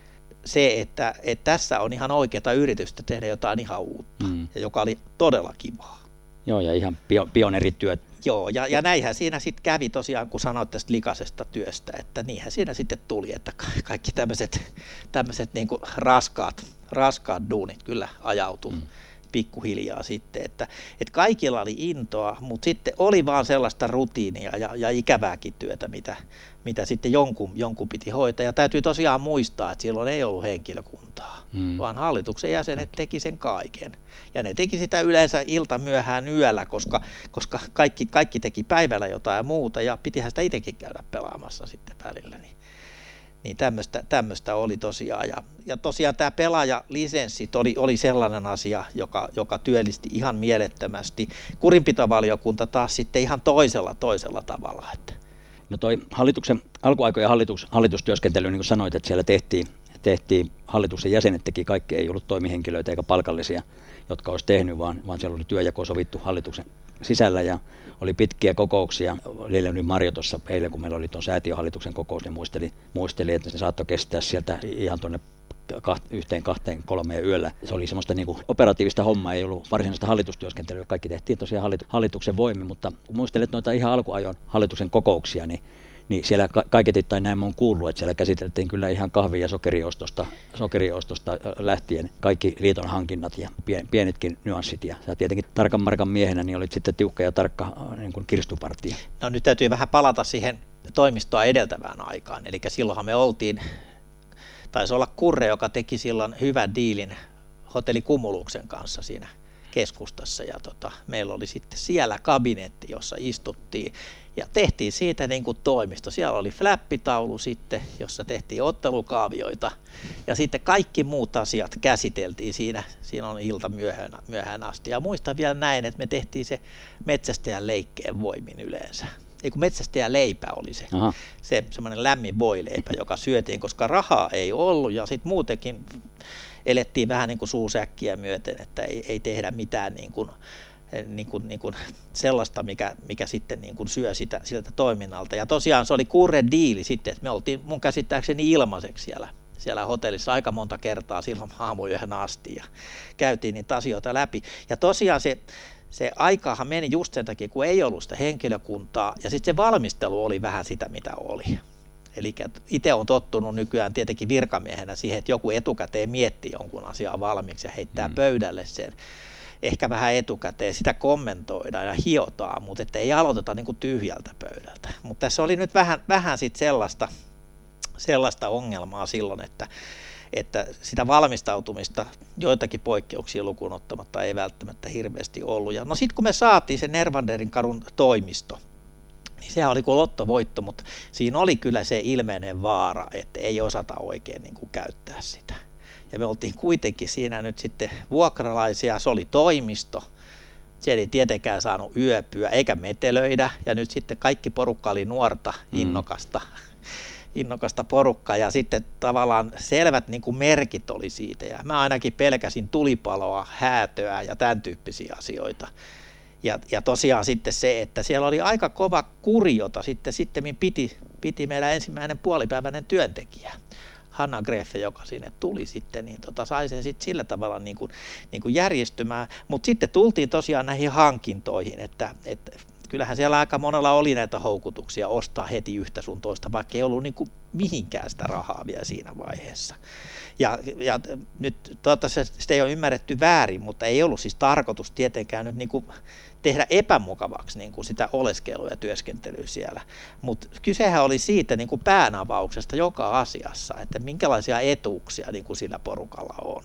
se, että, että tässä on ihan oikeaa yritystä tehdä jotain ihan uutta, mm. ja joka oli todella kivaa. Joo, ja ihan pio- pioneerityöt. Joo, ja, ja näinhän siinä sitten kävi tosiaan, kun sanoit tästä likaisesta työstä, että niinhän siinä sitten tuli, että kaikki tämmöiset tämmöiset niin kuin raskaat, raskaat duunit kyllä ajautui mm. pikkuhiljaa sitten, että, että kaikilla oli intoa, mutta sitten oli vaan sellaista rutiinia ja, ja ikävääkin työtä, mitä, mitä sitten jonkun, jonkun piti hoitaa, ja täytyy tosiaan muistaa, että silloin ei ollut henkilökuntaa, mm. vaan hallituksen jäsenet teki sen kaiken. Ja ne teki sitä yleensä ilta myöhään yöllä, koska, koska kaikki, kaikki teki päivällä jotain muuta ja pitihän sitä itsekin käydä pelaamassa sitten välillä. Niin, Niin tämmöistä, tämmöistä oli tosiaan. Ja, ja tosiaan tämä pelaajalisenssit oli, oli sellainen asia, joka, joka työllisti ihan mielettömästi. Kurinpitovaliokunta taas sitten ihan toisella toisella tavalla. Että. No toi hallituksen, alkuaikojen hallitus, hallitustyöskentely, niin kuin sanoit, että siellä tehtiin, tehtiin hallituksen jäsenet teki kaikki, ei ollut toimihenkilöitä eikä palkallisia, jotka olisi tehnyt, vaan, vaan siellä oli työjako sovittu hallituksen sisällä ja oli pitkiä kokouksia. Leiloni Marjo tuossa eilen, kun meillä oli tuon säätiöhallituksen kokous, niin muisteli, muisteli, että se saattoi kestää sieltä ihan tuonne yhteen, kahteen, kolmeen yöllä. Se oli semmoista niin kuin operatiivista hommaa, ei ollut varsinaista hallitustyöskentelyä. Kaikki tehtiin tosiaan hallituksen voimin, mutta kun muistelet noita ihan alkuajon hallituksen kokouksia, niin niin siellä ka- kaiketittain näin mä oon kuullut, että siellä käsiteltiin kyllä ihan kahvi- ja sokeriostosta, sokeriostosta lähtien kaikki liiton hankinnat ja pien, pienetkin nyanssit. Ja sä tietenkin tarkan markan miehenä niin olit sitten tiukka ja tarkka niin kuin kirstupartia. No nyt täytyy vähän palata siihen toimistoa edeltävään aikaan. Eli silloinhan me oltiin, taisi olla Kurre, joka teki silloin hyvän diilin Hotelli Cumuluxen kanssa siinä keskustassa. Ja tota, meillä oli sitten siellä kabinetti, jossa istuttiin. Ja tehtiin siitä niin kuin toimisto. Siellä oli flappitaulu sitten, jossa tehtiin ottelukaavioita. Ja sitten kaikki muut asiat käsiteltiin siinä. Siinä on ilta myöhään, myöhään asti. Ja muistan vielä näin, että me tehtiin se metsästäjän leikkeen voimin yleensä. Ei kun metsästäjän leipä oli se, se semmoinen lämmin voileipä, joka syötiin, koska rahaa ei ollut. Ja sitten muutenkin elettiin vähän niin kuin suusäkkiä myöten, että ei, ei tehdä mitään niin kuin Niin kuin, niin kuin sellaista, mikä, mikä sitten niin kuin syö sitä, siltä toiminnalta. Ja tosiaan se oli Kurren diili sitten, että me oltiin mun käsittääkseni ilmaiseksi siellä, siellä hotellissa aika monta kertaa silloin aamuyöhön asti ja käytiin niitä asioita läpi. Ja tosiaan se, se aikaahan meni just sen takia, kun ei ollut sitä henkilökuntaa ja sitten se valmistelu oli vähän sitä, mitä oli. Eli itse olen tottunut nykyään tietenkin virkamiehenä siihen, että joku etukäteen miettii jonkun asian valmiiksi ja heittää mm. pöydälle sen. Ehkä vähän etukäteen sitä kommentoidaan ja hiotaan, mutta että ei aloiteta niin kuin tyhjältä pöydältä. Mutta tässä oli nyt vähän, vähän sit sellaista, sellaista ongelmaa silloin, että, että sitä valmistautumista joitakin poikkeuksia lukuun ottamatta ei välttämättä hirveästi ollut. Ja no sitten kun me saatiin se Nervanderin kadun toimisto, niin sehän oli kuin lottovoitto, mutta siinä oli kyllä se ilmeinen vaara, että ei osata oikein niin kuin käyttää sitä. Ja me oltiin kuitenkin siinä nyt sitten vuokralaisia, se oli toimisto, se ei tietenkään saanut yöpyä eikä metelöidä, ja nyt sitten kaikki porukka oli nuorta, innokasta, mm. innokasta porukkaa, ja sitten tavallaan selvät niin kuin merkit oli siitä, ja mä ainakin pelkäsin tulipaloa, häätöä ja tämän tyyppisiä asioita. Ja, ja tosiaan sitten se, että siellä oli aika kova kuri, jota sitten, sitten piti, piti meidän ensimmäinen puolipäiväinen työntekijä. Hanna Greffe, joka sinne tuli sitten, niin tota, sai sen sitten sillä tavalla niin kuin, niin kuin järjestymään. Mutta sitten tultiin tosiaan näihin hankintoihin, että, että kyllähän siellä aika monella oli näitä houkutuksia ostaa heti yhtä sun toista, vaikka ei ollut niin kuin mihinkään sitä rahaa vielä siinä vaiheessa. Ja, ja nyt toivottavasti sitä ei ole ymmärretty väärin, mutta ei ollut siis tarkoitus tietenkään nyt niin kuin tehdä epämukavaksi niin kuin sitä oleskelua ja työskentelyä siellä. Mutta kysehän oli siitä niin kuin päänavauksesta joka asiassa, että minkälaisia etuuksia niin kuin sillä porukalla on.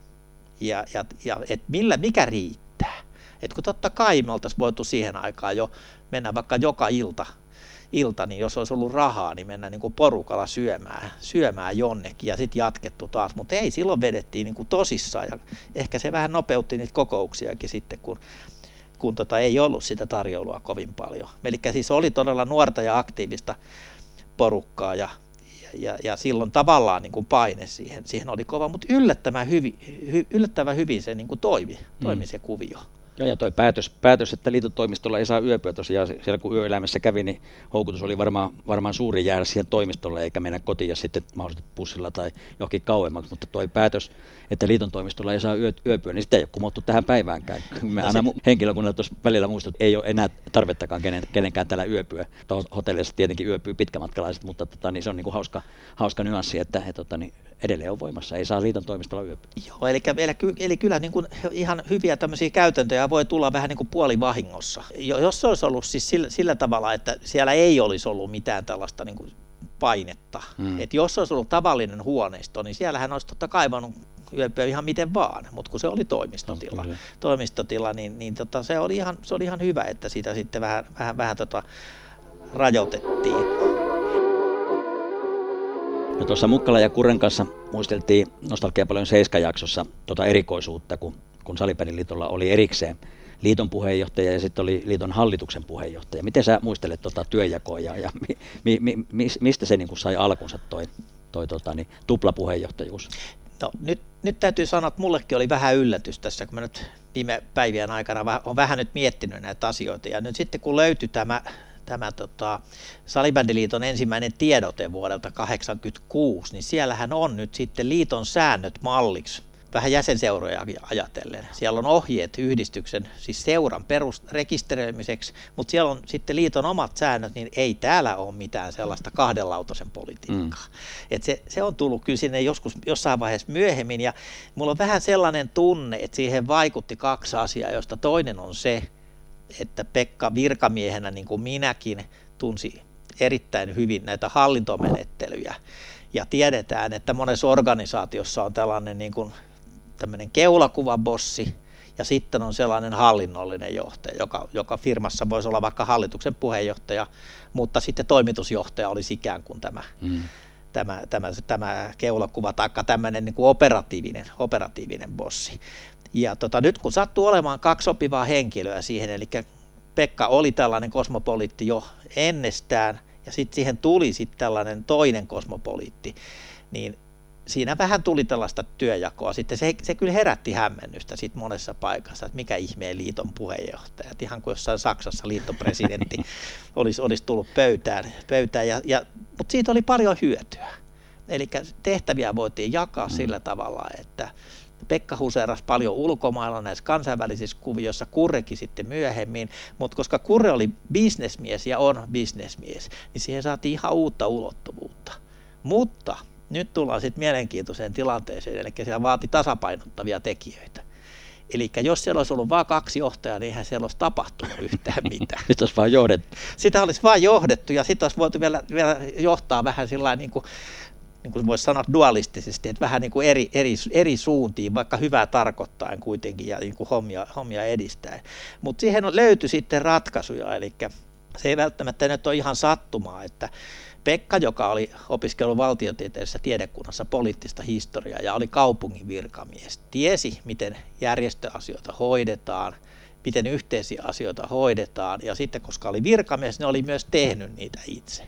Ja, ja, ja et millä, mikä riittää. Et kun totta kai me oltaisiin voitu siihen aikaan jo mennä vaikka joka ilta, ilta niin jos olisi ollut rahaa, niin mennä niin kuin porukalla syömään, syömään jonnekin ja sitten jatkettu taas. Mutta ei, silloin vedettiin niin kuin tosissaan ja ehkä se vähän nopeutti niitä kokouksiakin sitten, kun kun tota ei ollut sitä tarjoulua kovin paljon. Eli siis oli todella nuorta ja aktiivista porukkaa ja, ja, ja silloin tavallaan niin kuin paine siihen, siihen oli kova, mutta yllättävän hyvin, hy, yllättävän hyvin se niin kuin toimi, toimi mm. se kuvio. Joo, ja toi päätös, päätös, että liitotoimistolla ei saa yöpyä tosiaan, siellä kun yöelämässä kävi, niin houkutus oli varmaan, varmaan suuri jäädä siihen toimistolle, eikä mennä kotiin ja sitten mahdollisesti bussilla tai johonkin kauemmaksi, mutta toi päätös, että liiton toimistolla ei saa yö, yöpyä, niin sitä ei ole kumottu tähän päiväänkään. Me no aina se... henkilökunnalla tuossa välillä muistat, että ei ole enää tarvettakaan kenen, kenenkään täällä yöpyä. Hotellissa tietenkin yöpyy pitkämatkalaiset, mutta tota, niin se on niin kuin hauska, hauska nyanssi, että he, tota, niin edelleen on voimassa, ei saa liiton toimistolla yöpyä. Joo, eli, eli, eli kyllä niin kuin ihan hyviä tämmöisiä käytäntöjä voi tulla vähän niin kuin puolivahingossa. Jos se olisi ollut siis sillä, sillä tavalla, että siellä ei olisi ollut mitään tällaista niin kuin painetta, hmm. että jos olisi ollut tavallinen huoneisto, niin siellähän olisi totta kai voinut yöpyä ihan miten vaan, mutta kun se oli toimistotila, no, toimistotila niin, niin tota, se, oli ihan, se oli ihan hyvä, että sitä sitten vähän, vähän, vähän tota, rajoitettiin. No tuossa Mukkala ja Kurren kanssa muisteltiin Nostalgiapalojen seiska-jaksossa tuota erikoisuutta, kun, kun Salibändiliitolla oli erikseen liiton puheenjohtaja ja sitten oli liiton hallituksen puheenjohtaja. Miten sä muistelet tuota työnjakoa ja, ja mi, mi, mi, mistä se niin kuin sai alkunsa toi, toi tota, niin, tuplapuheenjohtajuus? No, nyt, nyt täytyy sanoa, että mullekin oli vähän yllätys tässä, kun mä nyt viime päivien aikana olen vähän nyt miettinyt näitä asioita. Ja nyt sitten kun löytyi tämä, tämä tota, Salibändiliiton ensimmäinen tiedote vuodelta kahdeksankymmentäkuusi, niin siellähän on nyt sitten liiton säännöt malliksi. Vähän jäsenseuroja ajatellen. Siellä on ohjeet yhdistyksen, siis seuran perusrekisteröimiseksi, mutta siellä on sitten liiton omat säännöt, niin ei täällä ole mitään sellaista kahdenlautaisen politiikkaa. Mm. Et se, se on tullut kyllä sinne joskus jossain vaiheessa myöhemmin, ja mulla on vähän sellainen tunne, että siihen vaikutti kaksi asiaa, josta toinen on se, että Pekka virkamiehenä, niin kuin minäkin, tunsi erittäin hyvin näitä hallintomenettelyjä, ja tiedetään, että monessa organisaatiossa on tällainen niin kuin tämmöinen keulakuvabossi ja sitten on sellainen hallinnollinen johtaja, joka, joka firmassa voisi olla vaikka hallituksen puheenjohtaja, mutta sitten toimitusjohtaja olisi ikään kuin tämä, mm. tämä, tämä, tämä keulakuva tai tämmöinen niin kuin operatiivinen, operatiivinen bossi. Ja tota, nyt kun sattuu olemaan kaksi sopivaa henkilöä siihen, eli Pekka oli tällainen kosmopoliitti jo ennestään ja sitten siihen tuli sitten tällainen toinen kosmopoliitti, niin siinä vähän tuli tällaista työjakoa. Sitten se, se kyllä herätti hämmennystä sit monessa paikassa, että mikä ihmeen liiton puheenjohtaja. Et ihan kuin jossain Saksassa liittopresidentti olisi, olisi tullut pöytään. pöytään ja, ja, mutta siitä oli paljon hyötyä. Eli tehtäviä voitiin jakaa mm. sillä tavalla, että Pekka huseerasi paljon ulkomailla näissä kansainvälisissä kuvioissa, Kurrekin sitten myöhemmin, mutta koska Kurre oli bisnesmies ja on bisnesmies, niin siihen saatiin ihan uutta ulottuvuutta. Mutta nyt tullaan sitten mielenkiintoiseen tilanteeseen, eli siellä vaati tasapainottavia tekijöitä. Eli jos siellä olisi ollut vain kaksi johtajaa, niin eihän siellä olisi tapahtunut yhtään mitään. Sitä olisi vaan johdettu. Sitä olisi vain johdettu ja sitten olisi voitu vielä, vielä johtaa vähän sillä niin kuin, niin kuin voisi sanoa dualistisesti, että vähän niin kuin eri, eri, eri suuntiin, vaikka hyvää tarkoittaen kuitenkin ja niin kuin hommia, hommia edistäen. Mutta siihen löytyi sitten ratkaisuja, eli se ei välttämättä nyt ole ihan sattumaa, että Pekka, joka oli opiskellut valtiotieteellisessä tiedekunnassa poliittista historiaa ja oli kaupungin virkamies, tiesi, miten järjestöasioita hoidetaan, miten yhteisiä asioita hoidetaan, ja sitten koska oli virkamies, niin oli myös tehnyt niitä itse.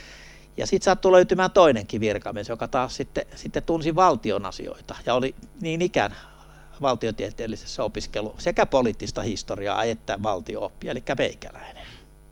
Ja sitten sattui löytymään toinenkin virkamies, joka taas sitten, sitten tunsi valtion asioita ja oli niin ikään valtiotieteellisessä opiskelu sekä poliittista historiaa että valtio-oppia, eli meikäläinen.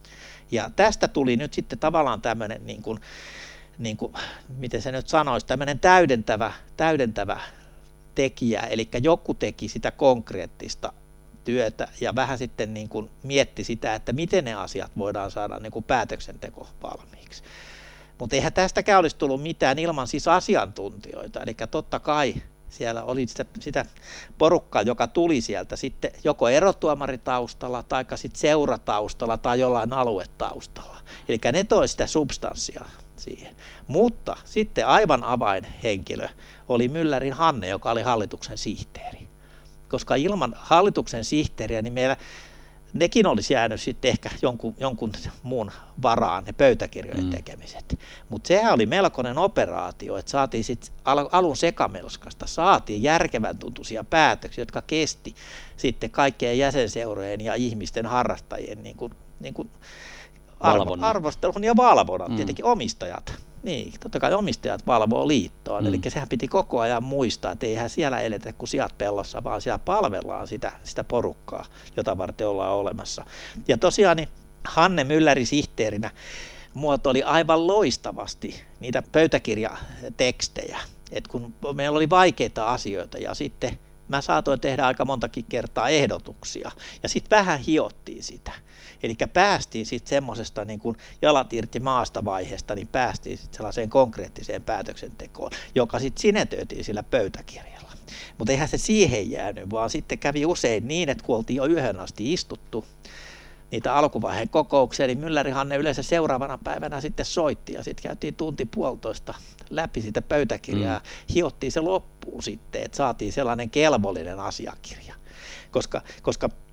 Ja tästä tuli nyt sitten tavallaan tämmöinen, niin kuin, niin kuin, miten se nyt sanoisi, tämmöinen täydentävä, täydentävä tekijä, eli joku teki sitä konkreettista työtä ja vähän sitten niin kuin mietti sitä, että miten ne asiat voidaan saada niin kuin päätöksenteko valmiiksi. Mutta eihän tästäkään olisi tullut mitään ilman siis asiantuntijoita, eli totta kai siellä oli sitä, sitä porukkaa, joka tuli sieltä sitten joko erotuomaritaustalla tai sitten seurataustalla tai jollain aluetaustalla. Eli ne toi sitä substanssia siihen. Mutta sitten aivan avainhenkilö oli Myllärin Hanne, joka oli hallituksen sihteeri. Koska ilman hallituksen sihteeriä, niin meillä nekin olisi jäänyt sitten ehkä jonkun, jonkun muun varaan, ne pöytäkirjojen mm. tekemiset. Mutta sehän oli melkoinen operaatio, että saatiin sitten alun sekamelskasta, saatiin järkevän tuntuisia päätöksiä, jotka kesti sitten kaikkien jäsenseurojen ja ihmisten harrastajien niin kuin, niin kuin arvo, arvostelun ja valvonnan, mm. tietenkin omistajat. Niin, totta kai omistajat valvoo liittoon, mm. eli sehän piti koko ajan muistaa, että eihän siellä eletä kuin sijat pellossa, vaan siellä palvellaan sitä, sitä porukkaa, jota varten ollaan olemassa. Ja tosiaan niin Hanne Mylläri sihteerinä muotoili aivan loistavasti niitä pöytäkirjatekstejä, että kun meillä oli vaikeita asioita ja sitten mä saatoin tehdä aika montakin kertaa ehdotuksia ja sitten vähän hiottiin sitä. Eli päästiin sitten semmoisesta niin kuin jalat irti maasta vaiheesta, niin päästiin sitten sellaiseen konkreettiseen päätöksentekoon, joka sitten sinetöitiin sillä pöytäkirjalla. Mutta eihän se siihen jäänyt, vaan sitten kävi usein niin, että kun oltiin jo yhden asti istuttu niitä alkuvaiheen kokouksia, niin Mylläri Hanne yleensä seuraavana päivänä sitten soitti ja sitten käytiin tunti puolitoista läpi sitä pöytäkirjaa, mm. hiottiin se loppuun sitten, että saatiin sellainen kelvollinen asiakirja, koska, koska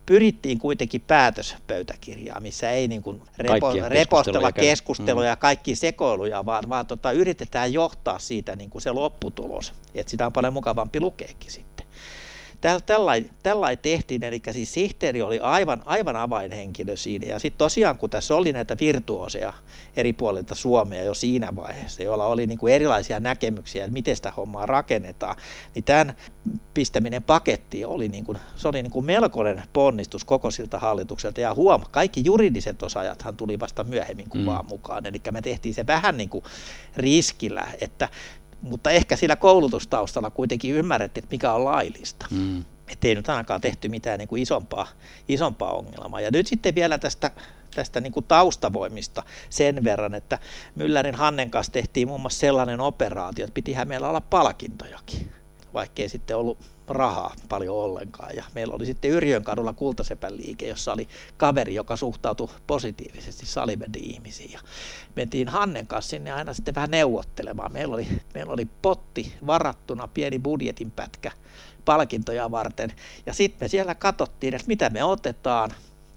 pyrittiin kuitenkin päätöspöytäkirjaan, missä ei niin kuin repo, repostella keskusteluja ja kaikki sekoiluja, vaan, vaan tota, yritetään johtaa siitä niin kuin se lopputulos, että sitä on paljon mukavampi lukeekin sitten. Tällainen tällai tehtiin, eli siis sihteeri oli aivan, aivan avainhenkilö siinä, ja sitten tosiaan kun tässä oli näitä virtuoseja eri puolilta Suomea jo siinä vaiheessa, joilla oli niin kuin erilaisia näkemyksiä, että miten sitä hommaa rakennetaan, niin tämän pistäminen pakettiin oli, niin kuin, se oli niin kuin melkoinen ponnistus koko siltä hallitukselta, ja huom, kaikki juridiset osaajathan tuli vasta myöhemmin kuvaan mm. mukaan, eli me tehtiin se vähän niin kuin riskillä, että mutta ehkä sillä koulutustaustalla kuitenkin ymmärrettiin, että mikä on laillista. Mm. Että ei nyt ainakaan tehty mitään niin kuin isompaa, isompaa ongelmaa. Ja nyt sitten vielä tästä, tästä niin kuin taustavoimista sen verran, että Myllärin Hannen kanssa tehtiin muun muassa sellainen operaatio, että pitihän meillä olla palkintojakin, vaikkei sitten ollut rahaa paljon ollenkaan. Ja meillä oli sitten Yrjönkadulla Kultasepän liike, jossa oli kaveri, joka suhtautui positiivisesti salibändi-ihmisiin. Ja mentiin Hannen kanssa sinne aina sitten vähän neuvottelemaan. Meillä oli, meillä oli potti varattuna, pieni budjetin pätkä palkintoja varten. Ja sitten me siellä katsottiin, että mitä me otetaan.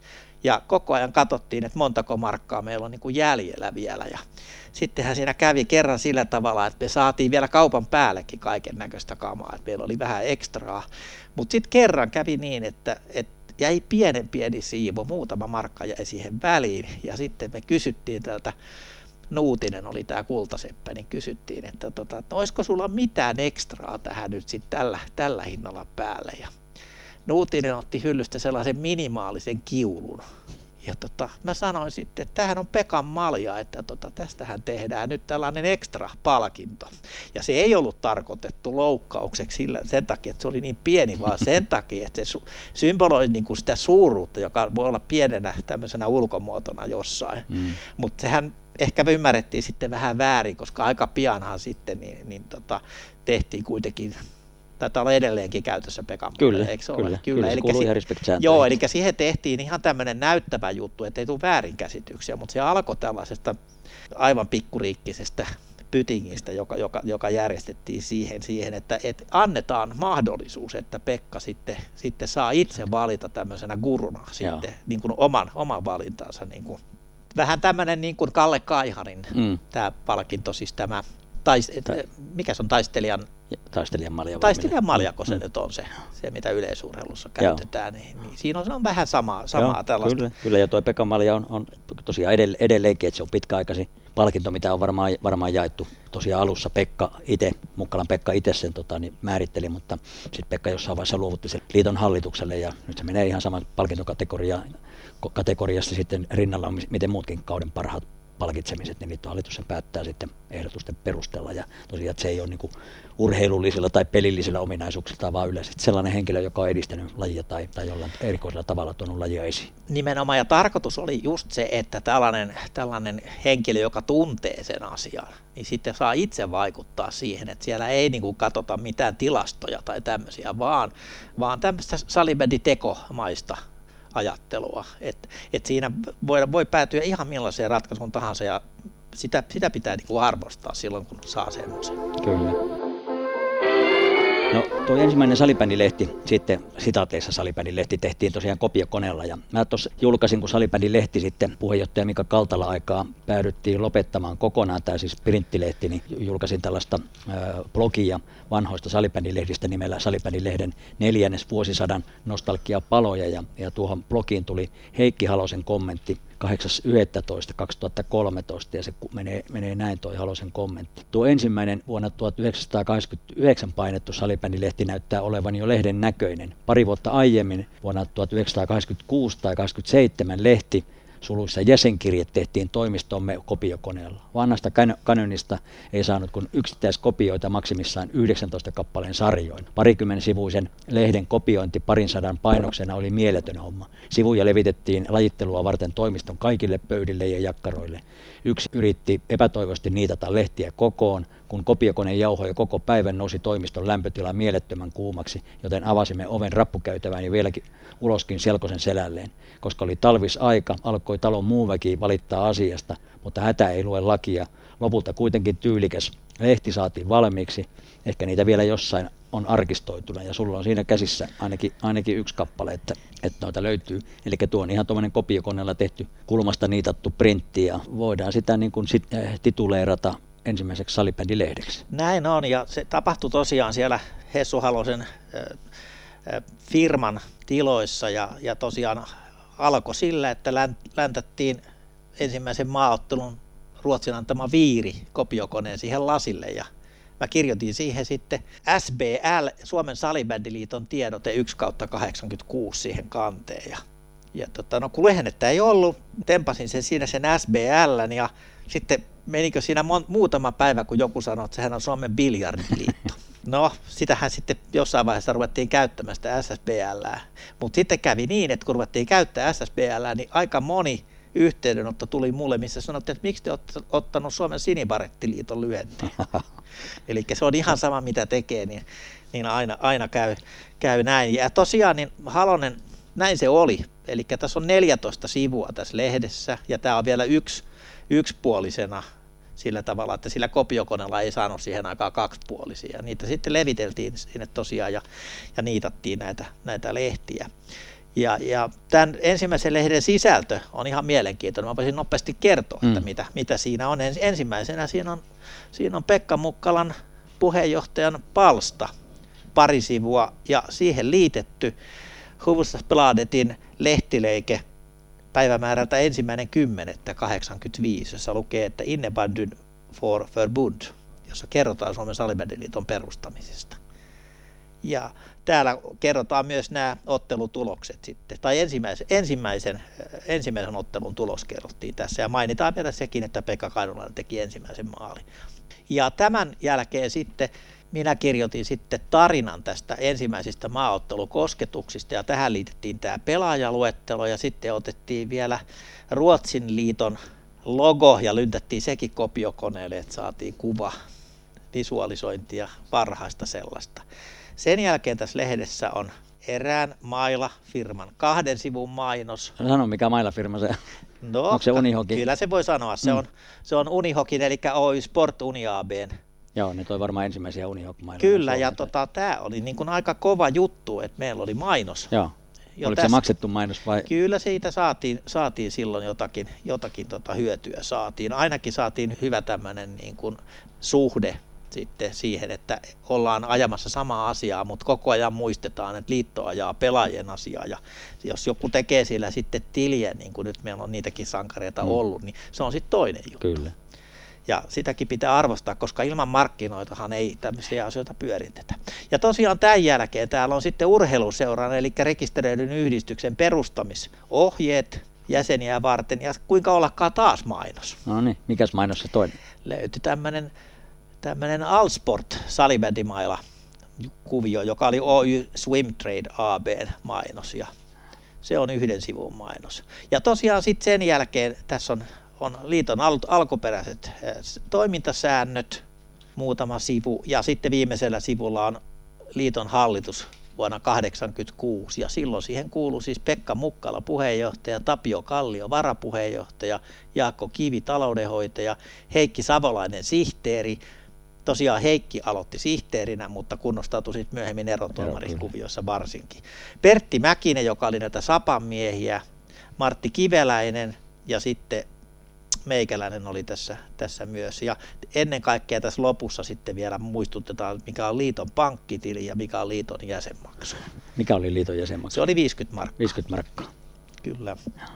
Ja koko ajan katsottiin, että montako markkaa meillä on niin kuin jäljellä vielä. Ja sittenhän siinä kävi kerran sillä tavalla, että me saatiin vielä kaupan päällekin kaiken näköistä kamaa, että meillä oli vähän ekstraa. Mutta sitten kerran kävi niin, että, että jäi pienen pieni siivu, muutama markka jäi siihen väliin. Ja sitten me kysyttiin tältä, Nuutinen oli tämä Kultaseppä, niin kysyttiin, että, tota, että olisiko sulla mitään ekstraa tähän nyt sitten tällä, tällä hinnalla päälle. Ja Nuutinen otti hyllystä sellaisen minimaalisen kiulun. Ja tota, mä sanoin sitten, että tämähän on Pekan malja, että tota, tästähän tehdään nyt tällainen ekstra palkinto. Ja se ei ollut tarkoitettu loukkaukseksi sillä, sen takia, että se oli niin pieni, vaan sen takia, että se symboloi niin kuin sitä suuruutta, joka voi olla pienenä tämmöisenä ulkomuotona jossain. Mm. Mutta sehän ehkä me ymmärrettiin sitten vähän väärin, koska aika pianhan sitten niin, niin tota, tehtiin kuitenkin. Taitaa olla edelleenkin käytössä Pekan Kyllä, malja, eikö se kyllä, ole? kyllä, se kuuluu ihan respect-sääntöihin. Joo, eli siihen tehtiin ihan tämmöinen näyttävä juttu, ettei tule väärinkäsityksiä, mutta se alkoi tällaisesta aivan pikkuriikkisestä pytingistä, joka, joka, joka järjestettiin siihen, siihen että, että annetaan mahdollisuus, että Pekka sitten, sitten saa itse valita tämmöisenä guruna sitten, niin kuin oman, oman valintansa. Niin kuin. Vähän tämmöinen niin kuin Kalle Kaiharin mm. tämä palkinto, siis tämä, tais, mikä se on taistelijan, Taistelijan malja. Taistelijan maljako se mm. nyt on se, se mitä yleisurheilussa käytetään, niin, niin siinä on, se on vähän samaa, samaa Joo, tällaista. Kyllä, kyllä, ja tuo Pekan malja on, on tosiaan edelleenkin, että se on pitkäaikaisin palkinto, mitä on varmaan, varmaan jaettu. Tosiaan alussa Pekka itse, Mukkalan Pekka itse sen tota, niin määritteli, mutta sitten Pekka jossain vaiheessa luovutti sen liiton hallitukselle, ja nyt se menee ihan saman palkintokategoriassa sitten rinnalla, miten muutkin kauden parhaat palkitsemiset, niin liiton hallitus sen päättää sitten ehdotusten perusteella, ja tosiaan että se ei ole niin kuin urheilullisilla tai pelillisillä ominaisuuksilla, vaan yleisesti sellainen henkilö, joka on edistänyt lajia tai, tai jollain erikoisella tavalla tuonut lajia esiin. Nimenomaan, ja tarkoitus oli just se, että tällainen, tällainen henkilö, joka tuntee sen asian, niin sitten saa itse vaikuttaa siihen, että siellä ei niin kuin katsota mitään tilastoja tai tämmöisiä, vaan, vaan tämmöistä salibänditekomaista ajattelua, että et siinä voi, voi päätyä ihan millaiseen ratkaisuun tahansa, ja sitä, sitä pitää niin kuin arvostaa silloin, kun saa semmoisen. Kyllä. No tuo ensimmäinen salibändilehti, sitten sitaateissa salibändilehti tehtiin tosiaan kopiokoneella, ja mä tuossa julkaisin, kun salibändilehti sitten puheenjohtaja Mika Kaltala aikaa päädyttiin lopettamaan kokonaan, tämä siis printtilehti, niin julkaisin tällaista äh, blogia vanhoista salibändilehdistä nimellä Salibändilehden neljännes vuosisadan nostalgiapaloja, ja, ja tuohon blogiin tuli Heikki Halosen kommentti kahdeksas yhdestoista kaksituhattakolmetoista, ja se menee, menee näin tuo Halosen kommentti. Tuo ensimmäinen vuonna tuhatyhdeksänsataakahdeksankymmentäyhdeksän painettu salibändilehti näyttää olevan jo lehden näköinen. Pari vuotta aiemmin, vuonna tuhatyhdeksänsataakahdeksankymmentäkuusi tai kahdeksankymmentäseitsemän lehti, suluissa jäsenkirjat, tehtiin toimistomme kopiokoneella. Vanhasta kanonista ei saanut kuin yksittäiskopioita maksimissaan yhdeksäntoista kappaleen sarjoin. Parikymmen sivuisen lehden kopiointi parin sadan painoksena oli mieletön homma. Sivuja levitettiin lajittelua varten toimiston kaikille pöydille ja jakkaroille. Yksi yritti epätoivoisesti niitata lehtiä kokoon, kun kopiokone jauhoi koko päivän, nousi toimiston lämpötila mielettömän kuumaksi, joten avasimme oven rappukäytävään ja vieläkin uloskin selkosen selälleen. Koska oli talvisaika, alkoi talon muu väki valittaa asiasta, mutta hätä ei lue lakia. lopulta kuitenkin tyylikäs lehti saatiin valmiiksi. Ehkä niitä vielä jossain on arkistoituna ja sulla on siinä käsissä ainakin, ainakin yksi kappale, että, että noita löytyy. Eli tuo on ihan tuommoinen kopiokoneella tehty kulmasta niitattu printti ja voidaan sitä niin kuin sit, äh, tituleerata ensimmäiseksi salibändilehdeksi. Näin on ja se tapahtui tosiaan siellä Hessu Halosen äh, äh, firman tiloissa ja, ja tosiaan alkoi sillä, että läntättiin ensimmäisen maaottelun Ruotsin antama viiri kopiokoneen siihen lasille ja mä kirjoitin siihen sitten S B L, Suomen salibändiliiton tiedote yksi kautta kahdeksankymmentäkuusi siihen kanteen. Ja, ja tota, no kun lehennettä ei ollut, tempasin sen siinä sen S B L:n ja sitten menikö siinä mon, muutama päivä, kun joku sanoi, että sehän on Suomen biljardiliitto. No, sitähän sitten jossain vaiheessa ruvettiin käyttämään sitä S S B L:ää, mutta sitten kävi niin, että kun ruvettiin käyttää S S B L:ää, niin aika moni yhteydenotto tuli mulle, missä sanottiin, että miksi te olette ottanut Suomen Sinibarettiliiton lyhenteen. Eli se on ihan sama, mitä tekee, niin, niin aina, aina käy, käy näin. Ja tosiaan niin Halonen, näin se oli. Eli tässä on neljätoista sivua tässä lehdessä, ja tämä on vielä yksi, yksipuolisena sillä tavalla, että sillä kopiokoneella ei saanut siihen aikaan kaksipuolisia. Niitä sitten leviteltiin sinne tosiaan ja, ja niitattiin näitä, näitä lehtiä. Ja, ja tämän ensimmäisen lehden sisältö on ihan mielenkiintoinen. Mä voisin nopeasti kertoa, mm. että mitä, mitä siinä on. Ensimmäisenä siinä on, siinä on Pekka Mukkalan puheenjohtajan palsta, pari sivua, ja siihen liitetty Hufvudstadsbladetin lehtileike päivämäärältä ensimmäinen kymmenettä kahdeksankymmentäviisi, jossa lukee, että Innebandyn for Förbund, jossa kerrotaan Suomen salibändiliiton perustamisesta. Ja täällä kerrotaan myös nämä ottelutulokset sitten, tai ensimmäisen, ensimmäisen, ensimmäisen ottelun tulos kerrottiin tässä, ja mainitaan vielä sekin, että Pekka Kainulainen teki ensimmäisen maalin. Ja tämän jälkeen sitten minä kirjoitin sitten tarinan tästä ensimmäisistä maaottelukosketuksista, ja tähän liitettiin tämä pelaajaluettelo, ja sitten otettiin vielä Ruotsin liiton logo, ja lyntättiin sekin kopiokoneelle, että saatiin kuva, visualisointia, varhaista sellaista. Sen jälkeen tässä lehdessä on erään mailafirman kahden sivun mainos. Sano, mikä mailafirma se on? No, onko se Unihoki? Kyllä se voi sanoa. Se, mm. on, se on Unihokin, eli Oy Sport Uni A B:n. Joo, ne toi varmaan ensimmäisiä Unihok-mailoja. Kyllä, ja tota, tämä oli niin kuin aika kova juttu, että meillä oli mainos. Joo. Jo Oliko tässä, se maksettu mainos vai? Kyllä siitä saatiin, saatiin silloin jotakin, jotakin tota hyötyä saatiin. Ainakin saatiin hyvä tämmöinen niin kuin suhde sitten siihen, että ollaan ajamassa samaa asiaa, mutta koko ajan muistetaan, että liitto ajaa pelaajien asiaa, ja jos joku tekee sillä sitten tiliä, niin kuin nyt meillä on niitäkin sankareita mm. ollut, niin se on sitten toinen juttu. Kyllä. Ja sitäkin pitää arvostaa, koska ilman markkinoitahan ei tämmöisiä asioita pyöritetä. Ja tosiaan tämän jälkeen täällä on sitten urheiluseuran, eli rekisteröidyn yhdistyksen perustamisohjeet jäseniä varten, ja kuinka ollakaan taas mainos. No niin, mikäs mainos se toinen? Löytyi tämmöinen tämmöinen Allsport salibändimaila kuvio, joka oli Oy Swim Trade A B:n mainos, ja se on yhden sivun mainos. Ja tosiaan sitten sen jälkeen tässä on, on liiton al- alkuperäiset äh, toimintasäännöt, muutama sivu, ja sitten viimeisellä sivulla on liiton hallitus vuonna tuhatyhdeksänsataakahdeksankymmentäkuusi, ja silloin siihen kuului siis Pekka Mukkala puheenjohtaja, Tapio Kallio varapuheenjohtaja, Jaakko Kivi taloudenhoitaja, Heikki Savolainen sihteeri. Tosiaan Heikki aloitti sihteerinä, mutta kunnostautui sitten myöhemmin erotuomarikuviossa varsinkin. Pertti Mäkinen, joka oli näitä Sapan miehiä, Martti Kiveläinen ja sitten meikäläinen oli tässä, tässä myös. Ja ennen kaikkea tässä lopussa sitten vielä muistutetaan, mikä on liiton pankkitili ja mikä on liiton jäsenmaksu. Mikä oli liiton jäsenmaksu? Se oli viisikymmentä markkaa. viisikymmentä markkaa. Kyllä.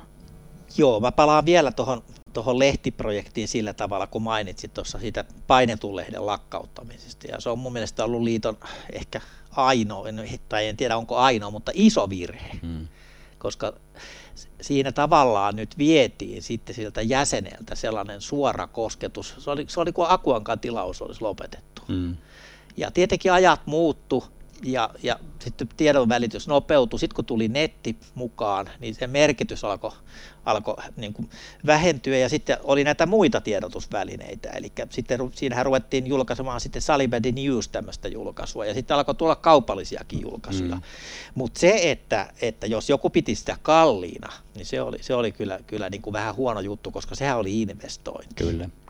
Joo, mä palaan vielä tuohon tuohon lehtiprojektiin sillä tavalla, kun mainitsit tuossa siitä painetun lehden lakkauttamisesta. Ja se on mun mielestä ollut liiton ehkä ainoa, tai en tiedä onko ainoa, mutta iso virhe. Hmm. Koska siinä tavallaan nyt vietiin sitten siltä jäseneltä sellainen suora kosketus. Se oli, se oli kuin Akuankan tilaus olisi lopetettu. Hmm. Ja tietenkin ajat muuttu. Ja, ja sitten tiedonvälitys nopeutui. Sitten kun tuli netti mukaan, niin se merkitys alkoi alko, niin kuin vähentyä, ja sitten oli näitä muita tiedotusvälineitä. Eli sitten siinähän ruvettiin julkaisemaan sitten Salibändi News tämmöistä julkaisua, ja sitten alkoi tulla kaupallisiakin julkaisuja. Mm. Mutta se, että, että jos joku piti sitä kalliina, niin se oli, se oli kyllä, kyllä niin kuin vähän huono juttu, koska sehän oli investointi. Kyllä,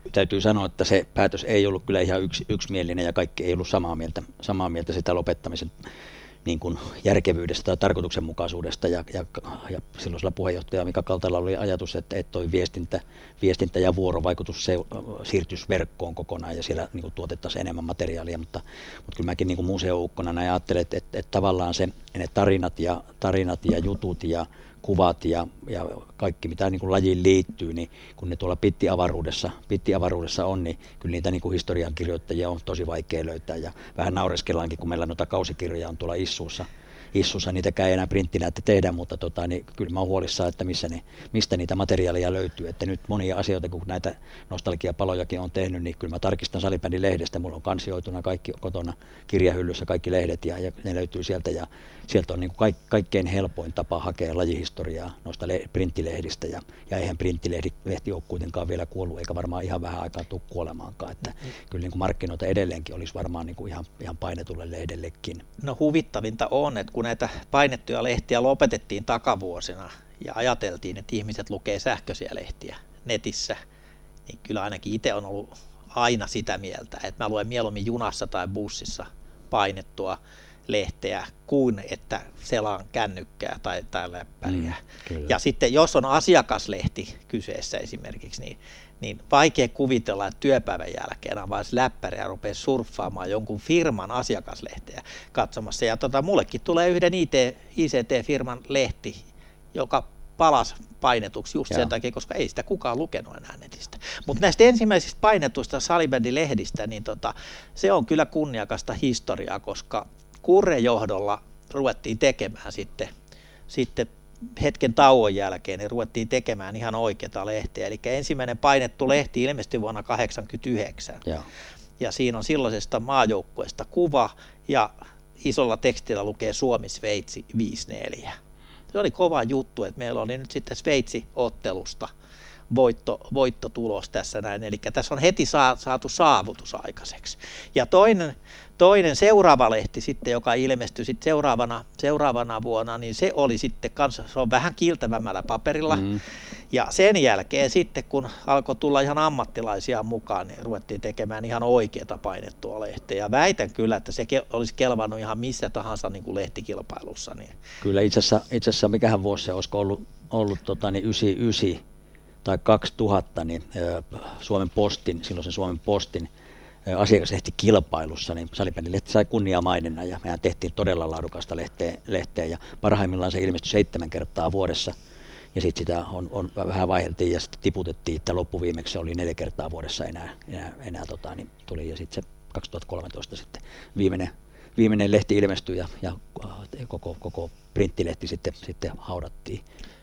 täytyy sanoa, että se päätös ei ollut kyllä ihan yks, yksimielinen ja kaikki ei ollut samaa mieltä, samaa mieltä sitä lopettamisen niin kuin järkevyydestä tai tarkoituksenmukaisuudesta ja, ja, ja silloisella puheenjohtaja Mika Kaltalla oli ajatus, että, että toi viestintä, viestintä ja vuorovaikutus se, siirtyisi verkkoon kokonaan ja siellä niin kuin tuotettaisiin enemmän materiaalia, mutta, mutta kyllä mäkin niin kuin museoukkona näin ajattelen, että, että, että tavallaan se, ne tarinat ja, tarinat ja jutut ja kuvat ja, ja kaikki mitä niin kuin lajiin liittyy, niin kun ne tuolla pittiavaruudessa, pittiavaruudessa on, niin kyllä niitä niin kuin historiankirjoittajia on tosi vaikea löytää ja vähän naureskellaankin, kun meillä noita kausikirjoja on tuolla issuussa. Issussa niitäkään ei enää printtinäytte tehdä, mutta tota, niin kyllä mä oon huolissaan, että missä ne, mistä niitä materiaaleja löytyy. Että nyt monia asioita, kun näitä nostalgiapalojakin on tehnyt, niin kyllä mä tarkistan Salibändin lehdestä. Mulla on kansioituna kaikki kotona kirjahyllyssä kaikki lehdet ja, ja ne löytyy sieltä. Ja sieltä on niin kuin kaik, kaikkein helpoin tapa hakea lajihistoriaa noista le, printtilehdistä. Ja, ja eihän printtilehti ole kuitenkaan vielä kuollut, eikä varmaan ihan vähän aikaa tule kuolemaankaan. Että mm. kyllä niin kuin markkinoita edelleenkin olisi varmaan niin kuin ihan, ihan painetulle lehdellekin. No huvittavinta on, että kun näitä painettuja lehtiä lopetettiin takavuosina ja ajateltiin, että ihmiset lukee sähköisiä lehtiä netissä, niin kyllä ainakin itse on ollut aina sitä mieltä, että mä luen mieluummin junassa tai bussissa painettua lehteä kuin että selaan kännykkää tai, tai läppäriä. Mm, ja sitten jos on asiakaslehti kyseessä esimerkiksi, niin, niin vaikea kuvitella, että työpäivän jälkeen avaisi läppäriä ja rupeaa surffaamaan jonkun firman asiakaslehteä katsomassa. Ja tota, mullekin tulee yhden I C T-firman lehti, joka palasi painetuksi just Joo. sen takia, koska ei sitä kukaan lukenut enää netistä. Mutta näistä ensimmäisistä painetuista salibändilehdistä, niin tota, se on kyllä kunniakasta historiaa, koska Kurren johdolla ruvettiin tekemään sitten, sitten hetken tauon jälkeen, niin ruvettiin tekemään ihan oikeata lehteä. Eli ensimmäinen painettu lehti ilmestyi vuonna tuhatyhdeksänsataakahdeksankymmentäyhdeksän. Ja. ja siinä on silloisesta maajoukkueesta kuva ja isolla tekstillä lukee Suomi-Sveitsi viisi neljä. Se oli kova juttu, että meillä oli nyt sitten Sveitsi-ottelusta voitto, voittotulos tässä näin. Eli tässä on heti saatu saavutus aikaiseksi. Ja toinen, toinen seuraava lehti sitten, joka ilmestyi sitten seuraavana, seuraavana vuonna, niin se oli sitten kanssa, se on vähän kiiltävämmällä paperilla. Mm. Ja sen jälkeen sitten, kun alkoi tulla ihan ammattilaisia mukaan, niin ruvettiin tekemään ihan oikeata painettua lehteä. Ja väitän kyllä, että se olisi kelvannut ihan missä tahansa niin kuin lehtikilpailussa. Niin. Kyllä itse asiassa, itse asiassa mikähän vuosi se olisiko ollut, ollut tota, niin yhdeksänkymmentäyhdeksän tai kaksituhatta, niin Suomen Postin, silloisen Suomen Postin asiakaslehti kilpailussa, niin Salibändilehti sai kunniamaininnan ja mehän tehtiin todella laadukasta lehteä, lehteä ja parhaimmillaan se ilmestyi seitsemän kertaa vuodessa ja sitten sitä on, on vähän vaiheltiin ja sitten tiputettiin, että loppuviimeksi se oli neljä kertaa vuodessa enää, enää, enää tota, niin tuli ja sitten se kaksituhattakolmetoista sitten viimeinen, viimeinen lehti ilmestyi ja, ja koko, koko printtilehti sitten, sitten haudattiin.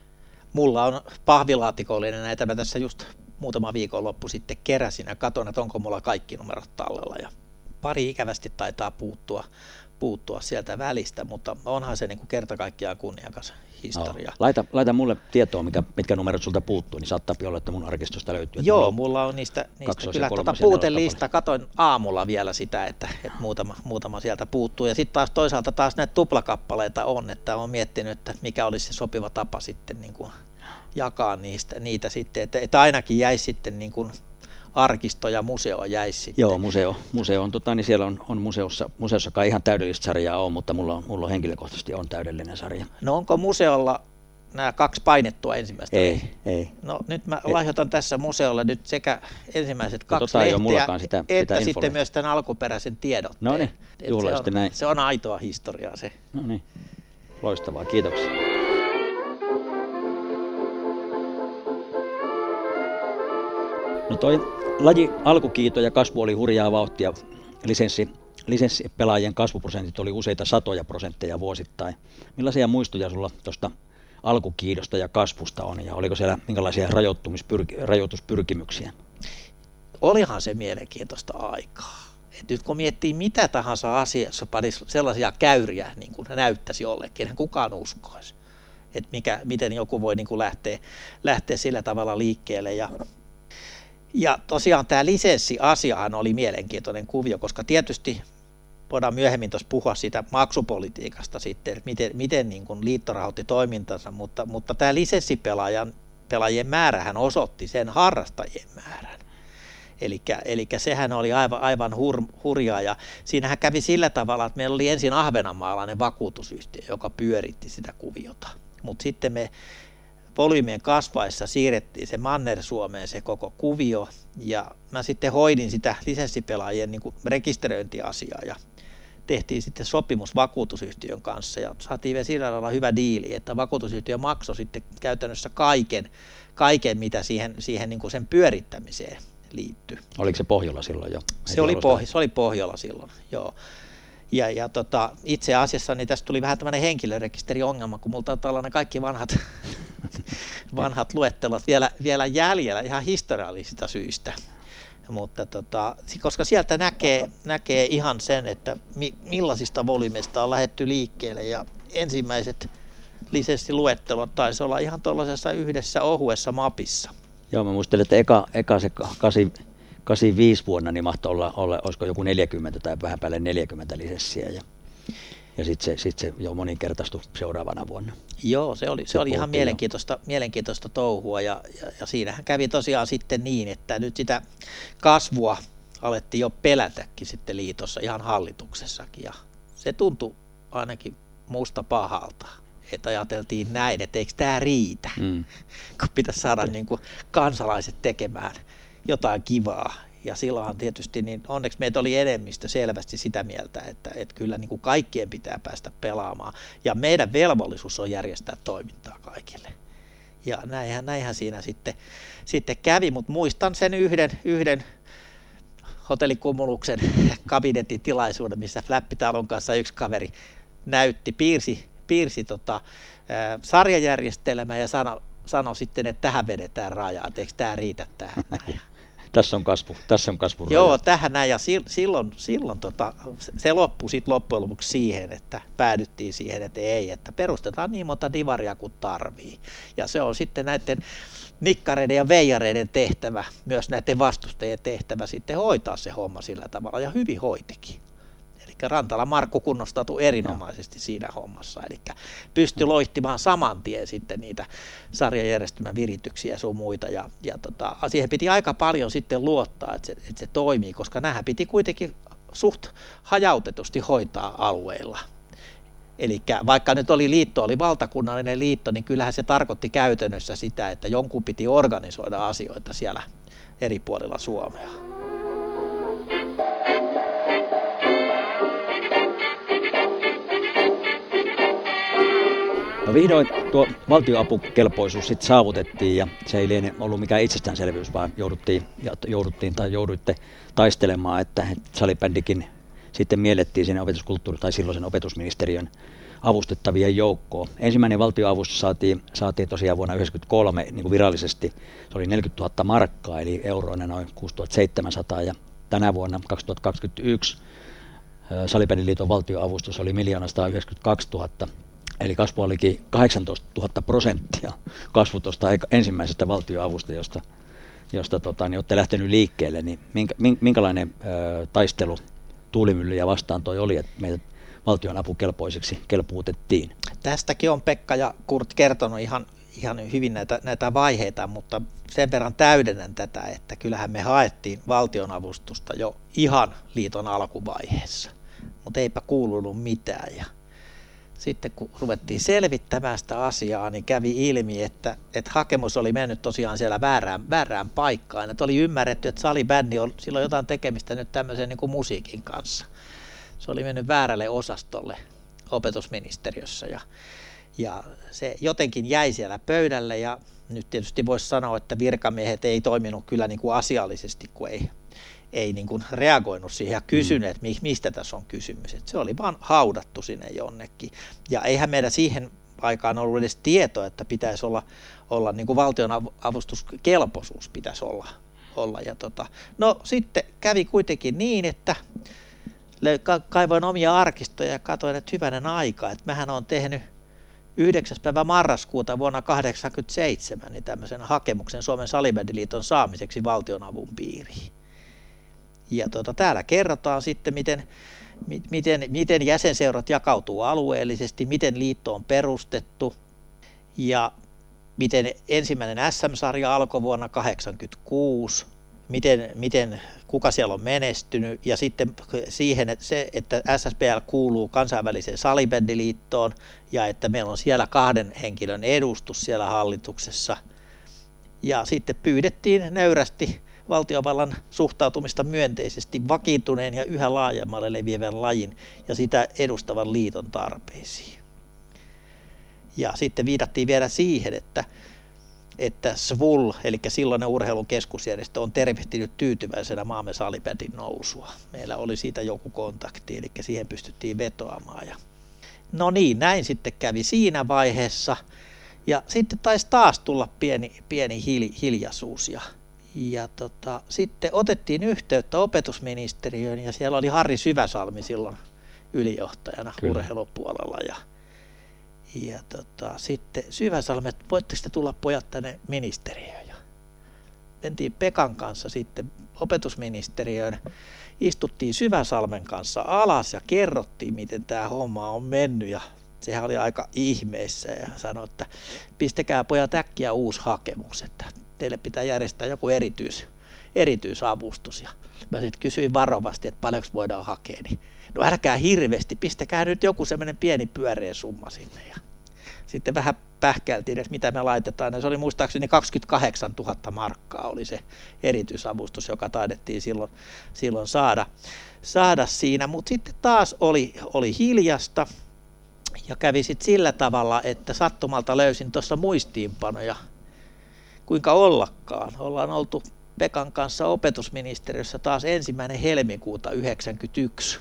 Mulla on pahvilaatikollinen näitä, mä tässä just muutama viikonloppu sitten keräsin ja katson, että onko mulla kaikki numerot tallella ja pari ikävästi taitaa puuttua, puuttua sieltä välistä, mutta onhan se niin kuin kerta kaikkiaan kunniakas historia. No, laita, laita mulle tietoa, mikä, mitkä numerot sulta puuttuu, niin saattaa olla, että mun arkistosta löytyy. Joo, mulla on, mulla on niistä, niistä kyllä tuota puutelista, katoin aamulla vielä sitä, että, että muutama, muutama sieltä puuttuu ja sitten taas toisaalta taas näitä tuplakappaleita on, että olen miettinyt, että mikä olisi se sopiva tapa sitten niin kuin jakaa niistä, niitä sitten, että, että ainakin jäisi sitten niin kuin arkisto ja museo jäisi sitten. Joo, museo, museo on, tota, niin siellä on, on museossa, museossakaan ihan täydellistä sarjaa on, mutta mulla on, mulla on henkilökohtaisesti on täydellinen sarja. No onko museolla nämä kaksi painettua ensimmäistä? Ei, ei. No nyt mä ei. lahjoitan tässä museolle nyt sekä ensimmäiset kaksi tota lehtiä, sitä, että sitä sitten myös tämän alkuperäisen tiedotteen. No niin, juhlallisesti näin. Se on aitoa historiaa se. No niin, loistavaa, kiitoksia. No toi laji alkukiito ja kasvu oli hurjaa vauhtia. Lisenssi, lisenssipelaajien kasvuprosentit oli useita satoja prosentteja vuosittain. Millaisia muistoja sulla tuosta alkukiidosta ja kasvusta on ja oliko siellä minkälaisia rajoituspyrkimyksiä? Olihan se mielenkiintoista aikaa. Et nyt kun miettii mitä tahansa asiassa panisi sellaisia käyriä niin kuin näyttäisi jollekin, en kukaan uskoisi. Että mikä, miten joku voi niin kuin lähteä, lähteä sillä tavalla liikkeelle. Ja, ja tosiaan tämä lisenssiasiahan oli mielenkiintoinen kuvio, koska tietysti voidaan myöhemmin tuossa puhua siitä maksupolitiikasta sitten, että miten, miten niin kuin liitto rahoitti toimintansa, mutta, mutta tämä lisenssipelaajien pelaajien määrähän osoitti sen harrastajien määrän. Eli sehän oli aivan, aivan hur, hurjaa, ja siinähän kävi sillä tavalla, että meillä oli ensin ahvenanmaalainen vakuutusyhtiö, joka pyöritti sitä kuviota, mutta sitten me volyymien kasvaessa siirrettiin se Manner-Suomeen se koko kuvio, ja mä sitten hoidin sitä lisenssipelaajien niin kuin rekisteröintiasiaa, ja tehtiin sitten sopimus vakuutusyhtiön kanssa, ja saatiin vielä sillä lailla hyvä diili, että vakuutusyhtiö maksoi sitten käytännössä kaiken, kaiken mitä siihen, siihen niin kuin sen pyörittämiseen liittyy. Oliko se Pohjola silloin jo? Se oli, Pohj- se oli Pohjola silloin, joo. Ja, ja tota, itse asiassa niin tästä tuli vähän tämmöinen henkilörekisteriongelma, kun multa on tällainen kaikki vanhat, vanhat luettelot vielä, vielä jäljellä ihan historiallisista syistä. Mutta tota, koska sieltä näkee, näkee ihan sen, että mi, millaisista volyymeista on lähdetty liikkeelle, ja ensimmäiset lisenssiluettelot taisi olla ihan tuollaisessa yhdessä ohuessa mapissa. Joo, mä muistelen, että eka, eka se kahdeksankymmentäviisi vuonna niin mahtoi olla, olla, olisiko joku neljäkymmentä tai vähän päälle neljäkymmentä lisenssiä, ja, ja sitten se, sit se jo moninkertaistui seuraavana vuonna. Joo, se oli, se, se oli ihan mielenkiintoista, mielenkiintoista touhua, ja, ja, ja siinähän kävi tosiaan sitten niin, että nyt sitä kasvua alettiin jo pelätäkin sitten liitossa ihan hallituksessakin, ja se tuntui ainakin musta pahalta. Että ajateltiin näin, että eikö tämä riitä, mm. kun pitäisi saada niin kuin kansalaiset tekemään jotain kivaa. Ja silloinhan tietysti, niin onneksi meitä oli enemmistö selvästi sitä mieltä, että, että kyllä niin kuin kaikkien pitää päästä pelaamaan. Ja meidän velvollisuus on järjestää toimintaa kaikille. Ja näinhän, näinhän siinä sitten, sitten kävi, mutta muistan sen yhden, yhden hotellikumuluksen kabinetin tilaisuuden, missä Fläppitalon kanssa yksi kaveri näytti, piirsi, piirsi tota, ää, sarjajärjestelmää ja sanoi sano sitten, että tähän vedetään rajaa, että eikö tämä riitä tähän. Tässä on kasvu, tässä on kasvu. Joo, tähän näin, ja silloin, silloin tota, se loppui sitten loppujen lopuksi siihen, että päädyttiin siihen, että ei, että perustetaan niin monta divaria kuin tarvii. Ja se on sitten näiden nikkareiden ja veijareiden tehtävä, myös näiden vastustajien tehtävä sitten hoitaa se homma sillä tavalla, ja hyvin hoitikin. Eli Rantala Markku kunnostautui erinomaisesti no. siinä hommassa, eli pystyi loihtimaan saman tien sitten niitä sarjajärjestelmän virityksiä ja sun muita, ja, ja tota, siihen piti aika paljon sitten luottaa, että se, että se toimii, koska nämähän piti kuitenkin suht hajautetusti hoitaa alueilla. Eli vaikka nyt oli liitto, oli valtakunnallinen liitto, niin kyllähän se tarkoitti käytännössä sitä, että jonkun piti organisoida asioita siellä eri puolilla Suomea. No vihdoin tuo valtionapukelpoisuus sitten saavutettiin, ja se ei liene ollut mikään itsestäänselvyys, vaan jouduttiin, jouduttiin tai jouduitte taistelemaan, että salibändikin sitten miellettiin sinne opetuskulttuuri- tai silloisen opetusministeriön avustettavien joukkoon. Ensimmäinen valtionavustus saatiin, saatiin tosiaan vuonna yhdeksänkymmentäkolme niin kuin virallisesti, se oli neljäkymmentätuhatta markkaa, eli euroina noin kuusituhattaseitsemänsataa, ja tänä vuonna kaksituhattakaksikymmentäyksi Salibändiliiton valtionavustus oli miljoona sataayhdeksänkymmentäkaksituhatta. Eli kasvu olikin kahdeksantoistatuhatta prosenttia kasvu tuosta ensimmäisestä valtionavusta, josta, josta tota, niin olette lähtenyt liikkeelle. Niin minkä, minkälainen ö, taistelu tuulimyllyjä vastaan toi oli, että meidät valtionapukelpoisiksi kelpuutettiin? Tästäkin on Pekka ja Kurt kertonut ihan, ihan hyvin näitä, näitä vaiheita, mutta sen verran täydennän tätä, että kyllähän me haettiin valtionavustusta jo ihan liiton alkuvaiheessa, mutta eipä kuulunut mitään. Ja sitten kun ruvettiin selvittämään sitä asiaa, niin kävi ilmi, että, että hakemus oli mennyt tosiaan siellä väärään, väärään paikkaan. Että oli ymmärretty, että salibändi on silloin jotain tekemistä nyt tämmöisen niin kuin musiikin kanssa. Se oli mennyt väärälle osastolle opetusministeriössä, ja, ja se jotenkin jäi siellä pöydälle, ja nyt tietysti voisi sanoa, että virkamiehet ei toiminut kyllä niin kuin asiallisesti, kun ei, ei niin kuin reagoinut siihen ja kysyneet, mm. mistä tässä on kysymys. Et se oli vaan haudattu sinne jonnekin. Ja eihän meidän siihen aikaan ollut edes tietoa, että pitäisi olla, olla niin kuin valtionavustuskelpoisuus pitäisi olla. olla. Ja tota, no sitten kävi kuitenkin niin, että kaivoin omia arkistoja ja katsoin, että hyvänen aika, että mähän olen tehnyt yhdeksäs päivä marraskuuta vuonna tuhatyhdeksänsataakahdeksankymmentäseitsemän niin tämmöisen hakemuksen Suomen salibändiliiton saamiseksi valtionavun piiriin. Ja tuota, täällä kerrotaan sitten, miten, miten, miten jäsenseurat jakautuu alueellisesti, miten liitto on perustettu ja miten ensimmäinen S M-sarja alkoi vuonna tuhatyhdeksänsataakahdeksankymmentäkuusi miten, miten, kuka siellä on menestynyt, ja sitten siihen, että se, että S S B L kuuluu kansainväliseen salibändiliittoon, ja että meillä on siellä kahden henkilön edustus siellä hallituksessa, ja sitten pyydettiin nöyrästi valtiovallan suhtautumista myönteisesti vakiintuneen ja yhä laajemmalle leviävän lajin ja sitä edustavan liiton tarpeisiin. Ja sitten viitattiin vielä siihen, että, että S V U L, eli silloinen urheilukeskusjärjestö, on tervehtinyt tyytyväisenä maamme salibändin nousua. Meillä oli siitä joku kontakti, eli siihen pystyttiin vetoamaan. Ja no niin, näin sitten kävi siinä vaiheessa. Ja sitten taisi taas tulla pieni, pieni hiljaisuus. Ja, ja tota, sitten otettiin yhteyttä opetusministeriöön, ja siellä oli Harri Syväsalmi silloin ylijohtajana Kyllä. urheilupuolella. Ja, ja tota, sitten Syväsalmi, että voitteko te tulla pojat tänne ministeriöön? Ja mentiin Pekan kanssa sitten opetusministeriöön, istuttiin Syväsalmen kanssa alas ja kerrottiin, miten tämä homma on mennyt. Ja sehän oli aika ihmeessä ja sanoi, että pistäkää pojat äkkiä uusi hakemus, että teille pitää järjestää joku erityis, erityisavustus. Ja mä sitten kysyin varovasti, että paljonko voidaan hakea, niin no älkää hirveästi, pistäkää nyt joku semmoinen pieni pyöreä summa sinne. Ja sitten vähän pähkäiltiin, että mitä me laitetaan. Ja se oli muistaakseni kaksikymmentäkahdeksantuhatta markkaa oli se erityisavustus, joka taidettiin silloin, silloin saada, saada siinä. Mutta sitten taas oli, oli hiljasta ja kävi sitten sillä tavalla, että sattumalta löysin tuossa muistiinpanoja, kuinka ollakaan. Ollaan oltu Pekan kanssa opetusministeriössä taas ensimmäinen helmikuuta yhdeksänkymmentäyksi.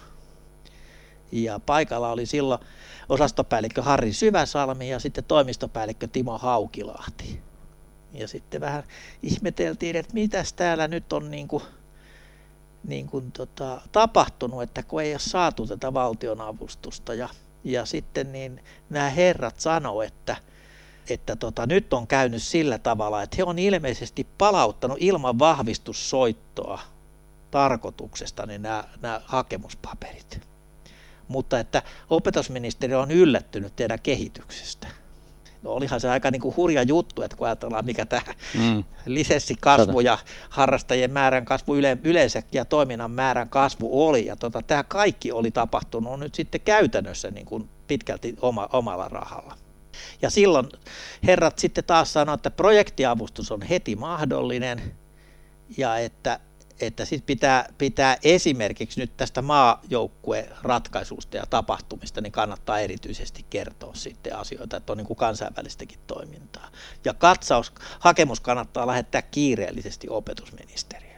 Ja paikalla oli silloin osastopäällikkö Harri Syväsalmi ja sitten toimistopäällikkö Timo Haukilahti. Ja sitten vähän ihmeteltiin, että mitäs täällä nyt on niin kuin, niin kuin tota, tapahtunut, että kun ei ole saatu tätä valtionavustusta. Ja, ja sitten niin nämä herrat sanoi, että, että tota, nyt on käynyt sillä tavalla, että he on ilmeisesti palauttanut ilman vahvistussoittoa tarkoituksesta niin nämä, nämä hakemuspaperit. Mutta että opetusministeriö on yllättynyt teidän kehityksestä. No olihan se aika niin kuin hurja juttu, että kun ajatellaan mikä tämä mm. lisenssikasvu ja harrastajien määrän kasvu yle, yleensäkin ja toiminnan määrän kasvu oli. Ja tota, tämä kaikki oli tapahtunut nyt sitten käytännössä niin kuin pitkälti oma, omalla rahalla. Ja silloin herrat sitten taas sanoivat, että projektiavustus on heti mahdollinen ja että että sitten pitää, pitää esimerkiksi nyt tästä maajoukkueratkaisusta ja tapahtumista, niin kannattaa erityisesti kertoa sitten asioita, että on niin kuin kansainvälistäkin toimintaa. Ja katsaus, hakemus kannattaa lähettää kiireellisesti opetusministeriöön.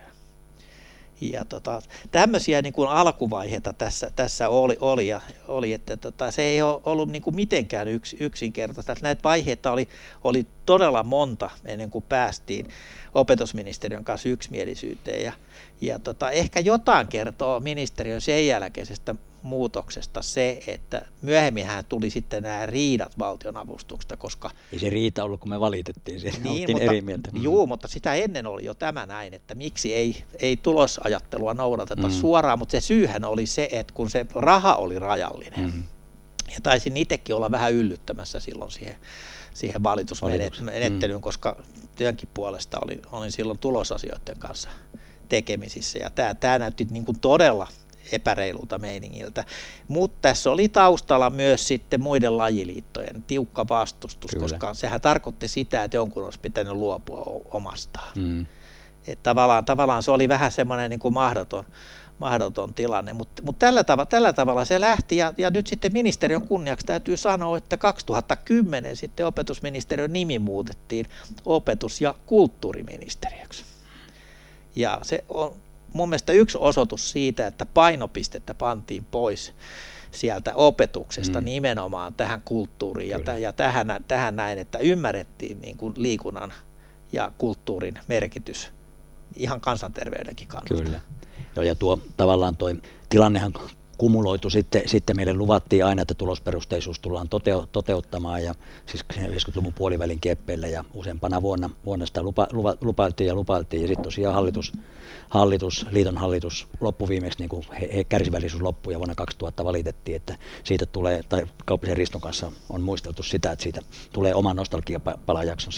Ja tota, tämmöisiä niin kuin alkuvaiheita tässä, tässä oli, oli, ja oli, että tota, se ei ole ollut niin kuin mitenkään yks, yksinkertaista. Näitä vaiheita oli, oli todella monta ennen kuin päästiin opetusministeriön kanssa yksimielisyyteen. Ja, ja tota, ehkä jotain kertoo ministeriön sen jälkeisestä muutoksesta se, että myöhemminhän tuli sitten nämä riidat valtionavustuksesta, koska... Ei se riita ollut, kun me valitettiin siihen, niin, oltiin mutta, eri mieltä. Juu, mutta sitä ennen oli jo tämä näin, että miksi ei, ei tulosajattelua noudateta mm. suoraan, mutta se syyhän oli se, että kun se raha oli rajallinen, mm. ja taisin itsekin olla vähän yllyttämässä silloin siihen, siihen valitusmenettelyyn, mm. koska työnkin puolesta olin, olin silloin tulosasioiden kanssa tekemisissä, ja tämä, tämä näytti niin kuin todella epäreilulta meiningiltä, mutta tässä oli taustalla myös sitten muiden lajiliittojen tiukka vastustus, Kyllä. koska sehän tarkoitti sitä, että jonkun olisi pitänyt luopua omastaan. Mm. Että tavallaan, tavallaan se oli vähän semmoinen niin kuin mahdoton, mahdoton tilanne, mutta, mutta tällä, tavalla, tällä tavalla se lähti ja, ja nyt sitten ministeriön kunniaksi täytyy sanoa, että kaksituhattakymmenen sitten opetusministeriön nimi muutettiin opetus- ja kulttuuriministeriöksi. Ja se on mun mielestä yksi osoitus siitä, että painopistettä pantiin pois sieltä opetuksesta mm. nimenomaan tähän kulttuuriin ja, t- ja tähän, tähän näin, että ymmärrettiin niin kuin liikunnan ja kulttuurin merkitys ihan kansanterveydenkin kannalta. Kyllä. Joo, ja tuo tavallaan toi tilannehan kumuloitu sitten, sitten meille luvattiin aina, että tulosperusteisuus tullaan toteu, toteuttamaan ja siis yhdeksänkymmentäluvun puolivälin keppeillä ja useampana vuonna, vuonna sitä lupa, lupa, lupailtiin ja lupailtiin ja sitten tosiaan hallitus, hallitus, liiton hallitus loppuviimeksi niin kuin he, he kärsivällisyys loppui ja vuonna kaksituhatta valitettiin, että siitä tulee, tai Kauppisen Riston kanssa on muisteltu sitä, että siitä tulee oma nostalgiapalajaksonsa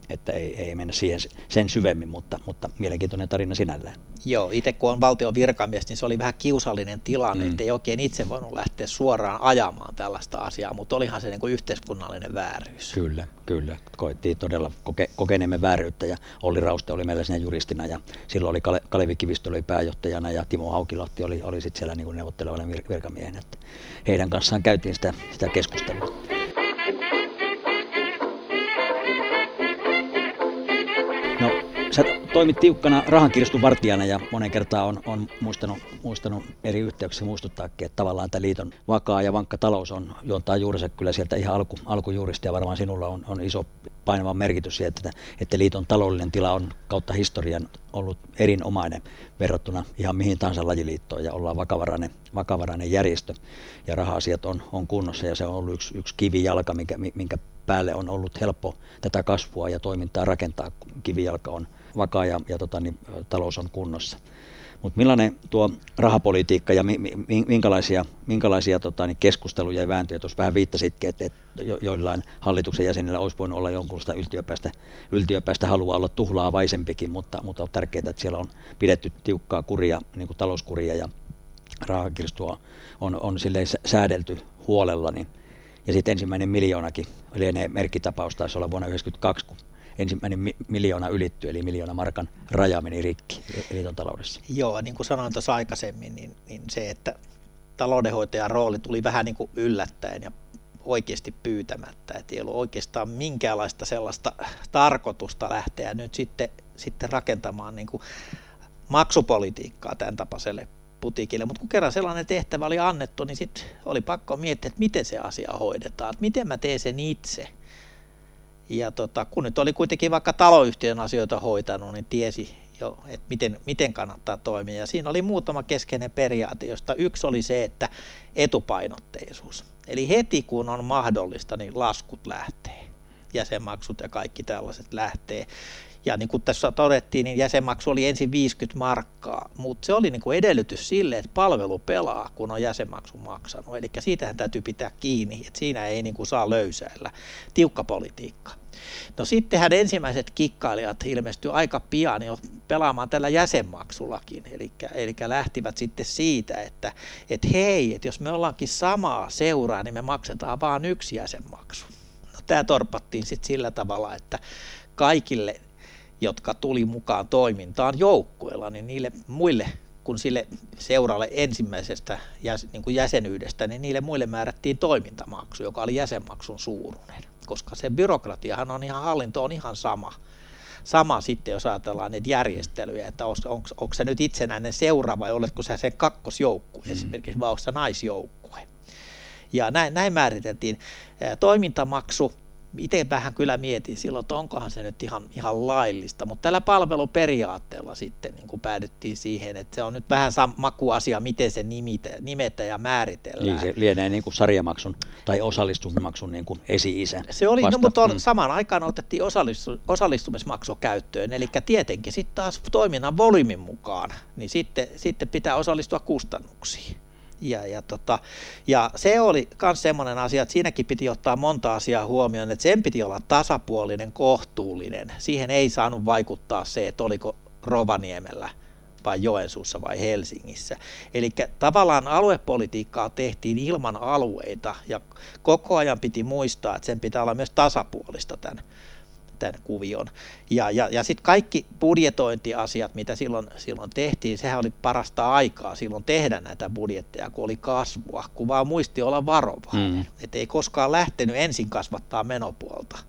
että ei, ei mennä siihen sen syvemmin, mutta, mutta mielenkiintoinen tarina sinällään. Joo, itse kun on valtion virkamies, niin se oli vähän kiusallinen tilanne, mm. että ei oikein itse voinut lähteä suoraan ajamaan tällaista asiaa, mutta olihan se niin kuin yhteiskunnallinen vääryys. Kyllä, kyllä. Koettiin todella koke, kokeneemme vääryyttä ja Olli Rauste oli meillä siinä juristina ja silloin oli Kale, Kalevi Kivistö oli pääjohtajana ja Timo Haukilahti oli, oli sitten siellä niin kuin neuvottelevana vir, virkamiehenä. Että heidän kanssaan käytiin sitä, sitä keskustelua. No, sä toimit tiukkana rahankirstun vartijana ja monen kertaa on, on muistanut, muistanut eri yhteyksissä muistuttaakin, että tavallaan tämä liiton vakaa ja vankka talous on juontaa juurensa kyllä sieltä ihan alku, alkujuurista ja varmaan sinulla on, on iso painava merkitys siihen, että, että liiton taloudellinen tila on kautta historian ollut erinomainen verrattuna ihan mihin tahansa lajiliittoon ja ollaan vakavarainen, vakavarainen järjestö ja raha-asiat on, on kunnossa ja se on ollut yksi, yksi kivijalka, minkä, minkä päälle on ollut helppo tätä kasvua ja toimintaa rakentaa, kun kivijalka on vakaa ja, ja tota, niin, talous on kunnossa. Mutta millainen tuo rahapolitiikka ja mi, mi, minkälaisia, minkälaisia tota, niin keskusteluja ja vääntöjä, tuossa vähän viittasitkin, että, että jo, joillain hallituksen jäsenillä olisi voinut olla jonkunlaista yltiöpäistä, yltiöpäistä halua olla tuhlaavaisempikin, mutta, mutta on tärkeää, että siellä on pidetty tiukkaa kuria, niin kuin talouskuria ja rahakirstua on, on silleen säädelty huolella. Niin. Ja sitten ensimmäinen miljoonakin lienee merkkitapaus, taisi olla vuonna yhdeksänkymmentäkaksi, kun ensimmäinen mi- miljoona ylittyi, eli miljoona markan raja meni rikki liiton taloudessa. Joo, niin kuin sanoin tuossa aikaisemmin, niin, niin se, että taloudenhoitajan rooli tuli vähän niin kuin yllättäen ja oikeasti pyytämättä, että ei ollut oikeastaan minkäänlaista sellaista tarkoitusta lähteä nyt sitten, sitten rakentamaan niin kuin maksupolitiikkaa tämän tapaiselle putiikille, mutta kun kerran sellainen tehtävä oli annettu, niin sitten oli pakko miettiä, että miten se asia hoidetaan, että miten mä teen sen itse. Ja tota, kun nyt oli kuitenkin vaikka taloyhtiön asioita hoitanut, niin tiesi jo, että miten, miten kannattaa toimia. Ja siinä oli muutama keskeinen periaate, josta yksi oli se, että etupainotteisuus. Eli heti kun on mahdollista, niin laskut lähtee. Jäsenmaksut ja kaikki tällaiset lähtee. Ja niin kuin tässä todettiin, niin jäsenmaksu oli ensin viisikymmentä markkaa, mutta se oli niin kuin edellytys sille, että palvelu pelaa, kun on jäsenmaksun maksanut. Eli siitähän täytyy pitää kiinni, että siinä ei niin kuin saa löysäillä. Tiukka politiikka. No sittenhän ensimmäiset kikkailijat ilmestyivät aika pian jo pelaamaan tällä jäsenmaksullakin, eli, eli lähtivät sitten siitä, että, että hei, että jos me ollaankin samaa seuraa, niin me maksetaan vain yksi jäsenmaksu. No, tämä torpattiin sitten sillä tavalla, että kaikille, jotka tuli mukaan toimintaan joukkueella, niin niille muille, kun sille seuralle ensimmäisestä jäs, niin kuin jäsenyydestä, niin niille muille määrättiin toimintamaksu, joka oli jäsenmaksun suuruinen, koska se byrokratiahan on ihan, hallinto on ihan sama. Sama sitten, jos ajatellaan niitä järjestelyjä, että onko, onko, onko se nyt itsenäinen seura vai oletko sä sen kakkosjoukkue mm. esimerkiksi, vai onko se naisjoukkue. Ja näin, näin määriteltiin toimintamaksu. Itse vähän kyllä mietin silloin, että onkohan se nyt ihan, ihan laillista, mutta tällä palveluperiaatteella sitten niin kuin päädyttiin siihen, että se on nyt vähän makuasia, miten se nimitä, nimetä ja määritellään. Niin se lienee niin kuin sarjamaksun tai osallistumismaksun niin kuin esi-isä. Se oli, vasta. no, mutta on, mm. samaan aikaan otettiin osallistu, osallistumismaksu käyttöön, eli tietenkin sitten taas toiminnan volyymin mukaan, niin sitten, sitten pitää osallistua kustannuksiin. Ja, ja, tota, ja se oli myös semmoinen asia, että siinäkin piti ottaa monta asiaa huomioon, että sen piti olla tasapuolinen, kohtuullinen. Siihen ei saanut vaikuttaa se, että oliko Rovaniemellä vai Joensuussa vai Helsingissä. Eli tavallaan aluepolitiikkaa tehtiin ilman alueita ja koko ajan piti muistaa, että sen pitää olla myös tasapuolista tämän tämän kuvion. Ja, ja, ja sitten kaikki budjetointiasiat, mitä silloin, silloin tehtiin, sehän oli parasta aikaa silloin tehdä näitä budjetteja, kun oli kasvua, kun vaan muisti olla varovainen. Mm. Että ei koskaan lähtenyt ensin kasvattaa menopuolta.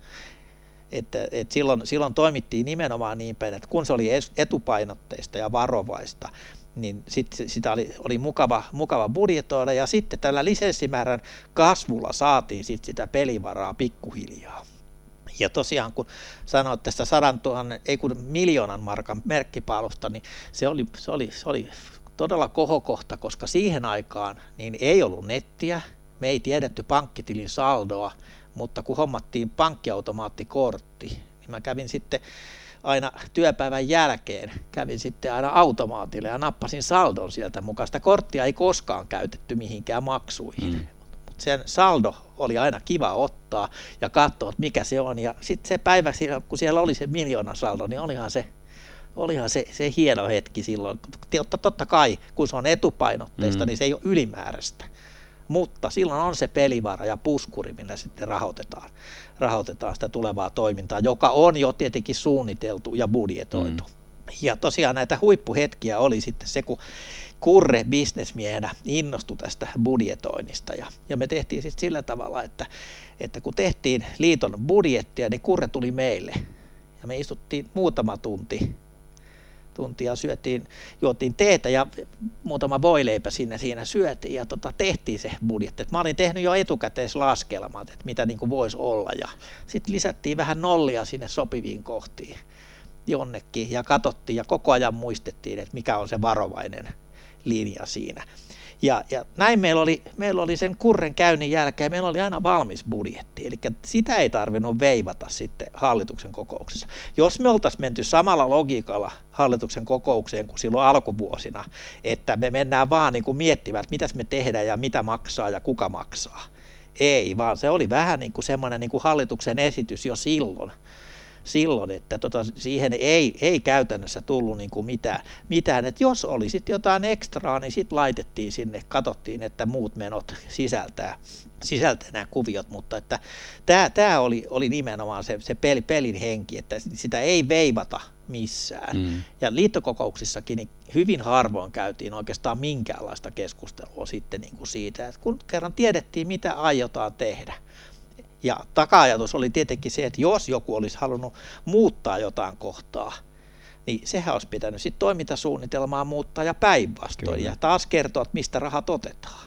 Että, et silloin, silloin toimittiin nimenomaan niin päin, että kun se oli etupainotteista ja varovaista, niin sit, sitä oli, oli mukava, mukava budjetoida, ja sitten tällä lisenssimäärän kasvulla saatiin sit sitä pelivaraa pikkuhiljaa. Ja tosiaan kun sanoit tästä sadan tuhannen, ei kun miljoonan markan merkkipaalusta, niin se oli, se oli, se oli todella kohokohta, koska siihen aikaan niin ei ollut nettiä, me ei tiedetty pankkitilin saldoa, mutta kun hommattiin pankkiautomaattikortti, niin mä kävin sitten aina työpäivän jälkeen, kävin sitten aina automaatille ja nappasin saldon sieltä mukaan. Sitä korttia ei koskaan käytetty mihinkään maksuihin. Mm. sen saldo oli aina kiva ottaa ja katsoa, mikä se on. Ja sitten se päivä, kun siellä oli se miljoonan saldo, niin olihan se, olihan se, se hieno hetki silloin. Totta kai, kun se on etupainotteista, mm. niin se ei ole ylimääräistä. Mutta silloin on se pelivara ja puskuri, millä sitten rahoitetaan, rahoitetaan sitä tulevaa toimintaa, joka on jo tietenkin suunniteltu ja budjetoitu. Mm. Ja tosiaan näitä huippuhetkiä oli sitten se, kun Kurre bisnesmiehenä innostui tästä budjetoinnista. Ja, ja me tehtiin sitten sillä tavalla, että, että kun tehtiin liiton budjettia, niin Kurre tuli meille. Ja me istuttiin muutama tunti. tuntia syötiin, juotiin teetä ja muutama voileipä sinne siinä syötiin ja tota, tehtiin se budjetti. Et mä olin tehnyt jo etukäteislaskelmat, että mitä niin kuin voisi olla ja sitten lisättiin vähän nollia sinne sopiviin kohtiin jonnekin ja katsottiin ja koko ajan muistettiin, että mikä on se varovainen linja siinä. Ja, ja näin meillä oli, meillä oli sen Kurren käynnin jälkeen, meillä oli aina valmis budjetti, eli sitä ei tarvinnut veivata sitten hallituksen kokouksessa. Jos me oltaisiin menty samalla logiikalla hallituksen kokoukseen kuin silloin alkuvuosina, että me mennään vaan niin kuin miettimään, että mitäs me tehdään ja mitä maksaa ja kuka maksaa. Ei, vaan se oli vähän niin kuin semmoinen niin kuin hallituksen esitys jo silloin. silloin, että tota, siihen ei, ei käytännössä tullut niin kuin mitään, mitään, että jos oli sitten jotain ekstraa, niin sitten laitettiin sinne, katsottiin, että muut menot sisältää, sisältää nämä kuviot, mutta että tämä, tämä oli, oli nimenomaan se, se peli, pelin henki, että sitä ei veivata missään. Mm. Ja liittokokouksissakin niin hyvin harvoin käytiin oikeastaan minkäänlaista keskustelua sitten niin kuin siitä, että kun kerran tiedettiin, mitä aiotaan tehdä. Ja taka-ajatus oli tietenkin se, että jos joku olisi halunnut muuttaa jotain kohtaa, niin sehän olisi pitänyt sitten toimintasuunnitelmaa muuttaa ja päinvastoin ja taas kertoa, että mistä rahat otetaan.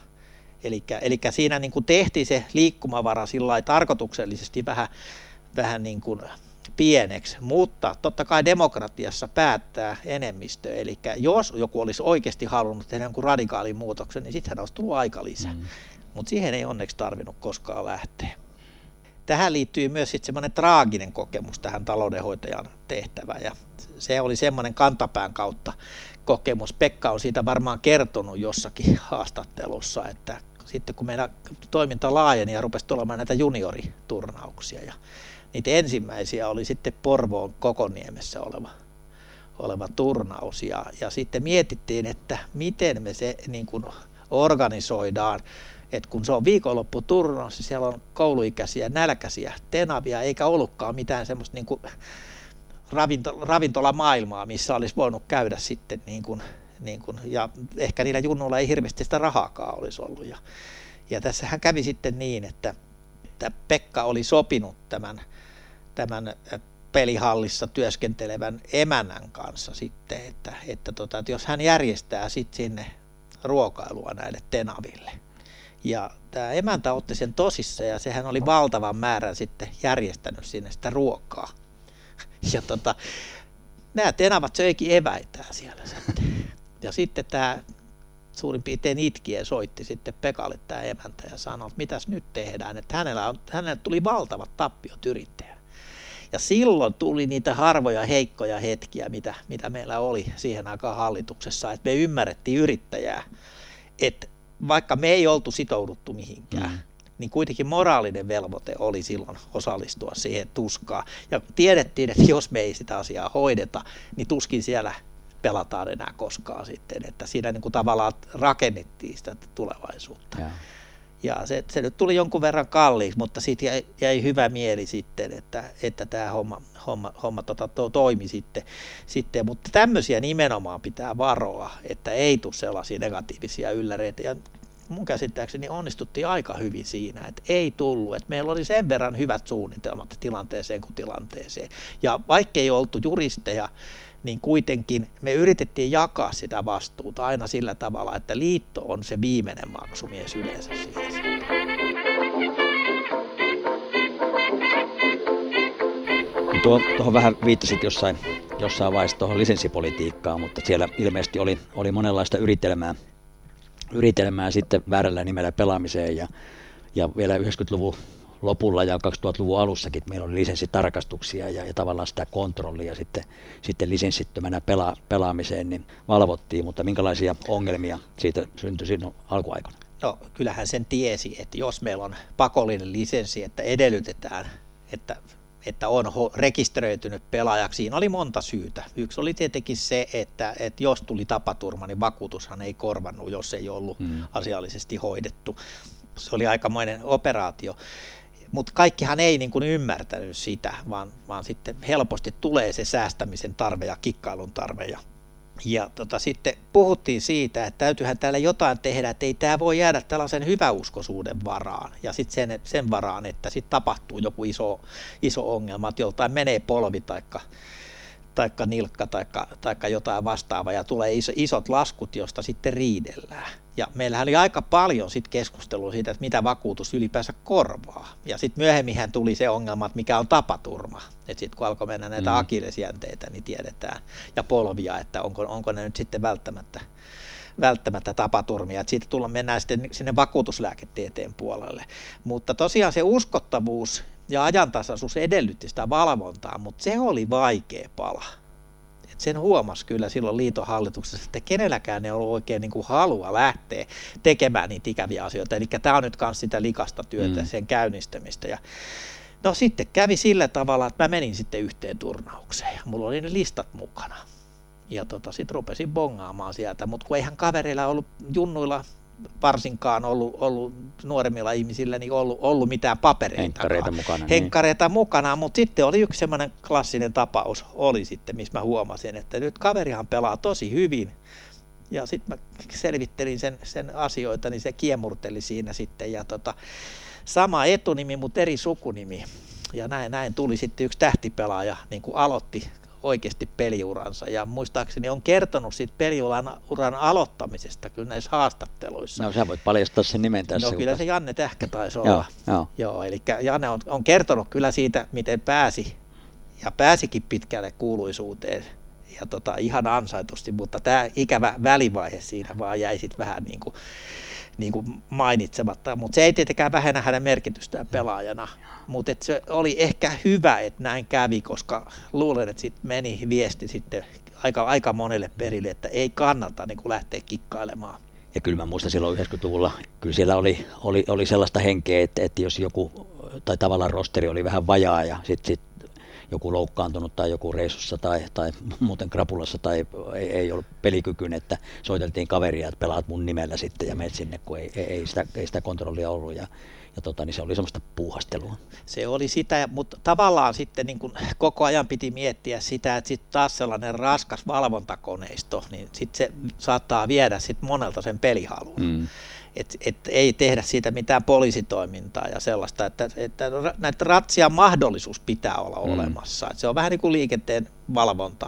Eli siinä niin kuin tehtiin se liikkumavara sillä tarkoituksellisesti vähän, vähän niin kuin pieneksi, mutta totta kai demokratiassa päättää enemmistö. Eli jos joku olisi oikeasti halunnut tehdä jonkun radikaalin muutoksen, niin sittenhän olisi tullut aika lisää. Mm. Mutta siihen ei onneksi tarvinnut koskaan lähteä. Tähän liittyy myös sitten semmoinen traaginen kokemus tähän taloudenhoitajan tehtävään ja se oli semmoinen kantapään kautta kokemus. Pekka on siitä varmaan kertonut jossakin haastattelussa, että sitten kun meidän toiminta laajeni ja rupesi tulemaan näitä junioriturnauksia ja niitä ensimmäisiä oli sitten Porvoon Kokoniemessä oleva, oleva turnaus ja, ja sitten mietittiin, että miten me se niin kuin organisoidaan. Et kun se on viikonlopputurnaus, niin siellä on kouluikäisiä, nälkäisiä tenavia, eikä ollutkaan mitään semmoista niin kuin ravinto, ravintolamaailmaa, missä olisi voinut käydä sitten, niin kuin, niin kuin, ja ehkä niillä junnuilla ei hirveästi sitä rahaakaan olisi ollut. Ja, ja tässähän kävi sitten niin, että, että Pekka oli sopinut tämän, tämän pelihallissa työskentelevän emännän kanssa sitten, että, että, tota, että jos hän järjestää sitten sinne ruokailua näille tenaville. Ja tämä emäntä otti sen tosissaan ja sehän oli valtavan määrän sitten järjestänyt sinne sitä ruokaa. Ja tota, nämä tenavat söikin eväitään siellä sitten. Ja sitten tämä suurin piirtein itkien soitti sitten Pekalle tämä emäntä ja sanoi, että mitäs nyt tehdään. Että hänellä, on, hänellä tuli valtavat tappiot yrittäjänä. Ja silloin tuli niitä harvoja heikkoja hetkiä, mitä, mitä meillä oli siihen aikaan hallituksessa. Että me ymmärrettiin yrittäjää, että vaikka me ei oltu sitouduttu mihinkään, mm. niin kuitenkin moraalinen velvoite oli silloin osallistua siihen tuskaan. Ja tiedettiin, että jos me ei sitä asiaa hoideta, niin tuskin siellä pelataan enää koskaan sitten. Että siinä niin kuin tavallaan rakennettiin sitä tulevaisuutta. Ja, ja se, se nyt tuli jonkun verran kalliiksi, mutta siitä jäi, jäi hyvä mieli sitten, että, että tämä homma, homma, homma tota, to, toimi sitten, sitten. Mutta tämmöisiä nimenomaan pitää varoa, että ei tule sellaisia negatiivisia ylläreitä. Ja mun käsittääkseni onnistuttiin aika hyvin siinä, että ei tullut. Että meillä oli sen verran hyvät suunnitelmat tilanteeseen kuin tilanteeseen. Ja vaikka ei oltu juristeja, niin kuitenkin me yritettiin jakaa sitä vastuuta aina sillä tavalla, että liitto on se viimeinen maksumies yleensä siihen. Tuo, tuohon vähän viittasit jossain, jossain vaiheessa tuohon lisenssipolitiikkaan, mutta siellä ilmeisesti oli, oli monenlaista yritelmää, yritelmää sitten väärällä nimellä pelaamiseen ja, ja vielä yhdeksänkymmentäluvun lopulla ja kaksituhattaluvun alussakin meillä oli lisenssitarkastuksia ja, ja tavallaan sitä kontrollia sitten, sitten lisenssittömänä pela, pelaamiseen niin valvottiin, mutta minkälaisia ongelmia siitä syntyi silloin alkuaikana? No kyllähän sen tiesi, että jos meillä on pakollinen lisenssi, että edellytetään, että, että on rekisteröitynyt pelaajaksi, siinä oli monta syytä. Yksi oli tietenkin se, että, että jos tuli tapaturma, niin vakuutushan ei korvannut, jos ei ollut mm. asiallisesti hoidettu. Se oli aikamoinen operaatio. Mutta kaikkihan ei niin kuin ymmärtänyt sitä, vaan, vaan sitten helposti tulee se säästämisen tarve ja kikkailun tarve. Ja, ja tota, sitten puhuttiin siitä, että täytyyhän täällä jotain tehdä, että ei tämä voi jäädä tällaisen hyväuskoisuuden varaan. Ja sitten sen, sen varaan, että sitten tapahtuu joku iso, iso ongelma, että joltain menee polvi taikka, taikka nilkka taikka, taikka jotain vastaavaa ja tulee iso, isot laskut, josta sitten riidellään. Ja meillähän oli aika paljon sit keskustelua siitä, että mitä vakuutus ylipäänsä korvaa. Ja sitten myöhemminhän tuli se ongelma, että mikä on tapaturma. Että sitten kun alkoi mennä näitä mm. akillesjänteitä, niin tiedetään, ja polvia, että onko, onko ne nyt sitten välttämättä, välttämättä tapaturmia. Että siitä tullaan, mennään sitten sinne vakuutuslääketieteen puolelle. Mutta tosiaan se uskottavuus ja ajantasaisuus edellytti sitä valvontaa, mutta se oli vaikea pala. Et sen huomasi kyllä silloin liiton hallituksessa, että kenelläkään ei ollut oikein niin kuin halua lähteä tekemään niitä ikäviä asioita. Eli tämä on nyt myös sitä likasta työtä, mm. sen käynnistämistä. Ja no sitten kävi sillä tavalla, että mä menin sitten yhteen turnaukseen ja mulla oli ne listat mukana. Ja tota, sitten rupesin bongaamaan sieltä, mutta kun eihän kavereilla ollut junnuilla varsinkaan ollut, ollut nuoremmilla ihmisillä niin ollut, ollut mitään papereita. Henkkareita mukana. Henkkareita niin. mukana, mutta sitten oli yksi semmoinen klassinen tapaus, oli sitten, missä mä huomasin, että nyt kaverihan pelaa tosi hyvin. Ja sitten mä selvittelin sen, sen asioita, niin se kiemurteli siinä sitten. Ja tota, sama etunimi, mutta eri sukunimi. Ja näin, näin tuli sitten yksi tähtipelaaja, niin kuin aloitti oikeasti peliuransa, ja muistaakseni on kertonut siitä peliuran uran aloittamisesta kyllä näissä haastatteluissa. No sä voit paljastaa sen nimen tässä. No kyllä se Janne Tähkä taisi olla. Joo, joo. Joo, eli Janne on, on kertonut kyllä siitä, miten pääsi, ja pääsikin pitkälle kuuluisuuteen, ja tota, ihan ansaitusti, mutta tämä ikävä välivaihe siinä vaan jäi sitten vähän niin kuin, niin kuin mainitsematta, mutta se ei tietenkään vähennä hänen merkitystään pelaajana, mutta se oli ehkä hyvä, että näin kävi, koska luulen, että sitten meni viesti sitten aika, aika monelle perille, että ei kannata niin kuin lähteä kikkailemaan. Ja kyllä mä muistan silloin yhdeksänkymmentäluvulla, kyllä siellä oli, oli, oli sellaista henkeä, että, että jos joku, tai tavallaan rosteri oli vähän vajaa ja sitten sit joku loukkaantunut tai joku reissussa tai, tai muuten krapulassa tai ei, ei ollut pelikykyinen, että soiteltiin kaveria, että pelaat mun nimellä sitten ja menet sinne, kun ei, ei, sitä, ei sitä kontrollia ollut. Ja, ja tota, niin se oli semmoista puuhastelua. Se oli sitä, mutta tavallaan sitten niin kuin koko ajan piti miettiä sitä, että sitten taas sellainen raskas valvontakoneisto, niin sitten se saattaa viedä sitten monelta sen pelihalun. Mm. Että et ei tehdä siitä mitään poliisitoimintaa ja sellaista, että, että näitä ratsia mahdollisuus pitää olla mm. olemassa. Et se on vähän niin kuin liikenteen valvonta,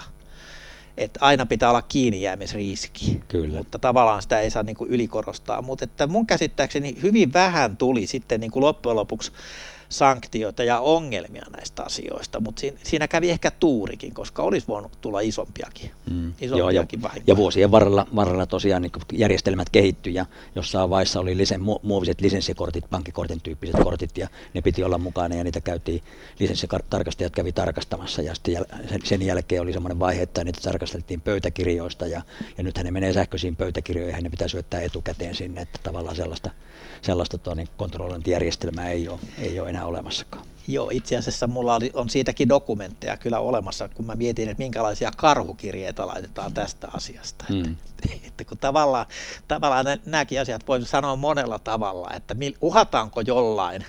että aina pitää olla kiinnijäämisriski, Kyllä. mutta tavallaan sitä ei saa niin kuin ylikorostaa. Mutta että mun käsittääkseni hyvin vähän tuli sitten niin kuin loppujen lopuksi sanktioita ja ongelmia näistä asioista, mutta siinä kävi ehkä tuurikin, koska olisi voinut tulla isompiakin, mm. isompiakin Joo, ja, ja vuosien varrella, varrella tosiaan niin järjestelmät kehittyi ja jossain vaiheessa oli lisen, muoviset lisenssikortit, pankkikortin tyyppiset kortit ja ne piti olla mukana ja niitä käytiin, lisenssitarkastajat kävi tarkastamassa ja sitten jäl, sen jälkeen oli semmoinen vaihe, että niitä tarkasteltiin pöytäkirjoista ja, ja nythän ne menee sähköisiin pöytäkirjoihin ja ne pitää syöttää etukäteen sinne, että tavallaan sellaista, sellaista tuo, niin kontrollointijärjestelmää ei ole, ei ole enää olemassakaan. Joo, itse asiassa mulla oli, on siitäkin dokumentteja kyllä olemassa, kun mä mietin, että minkälaisia karhukirjeitä laitetaan tästä asiasta. Mm. Että, että kun tavallaan, tavallaan nämäkin asiat voi sanoa monella tavalla, että uhataanko jollain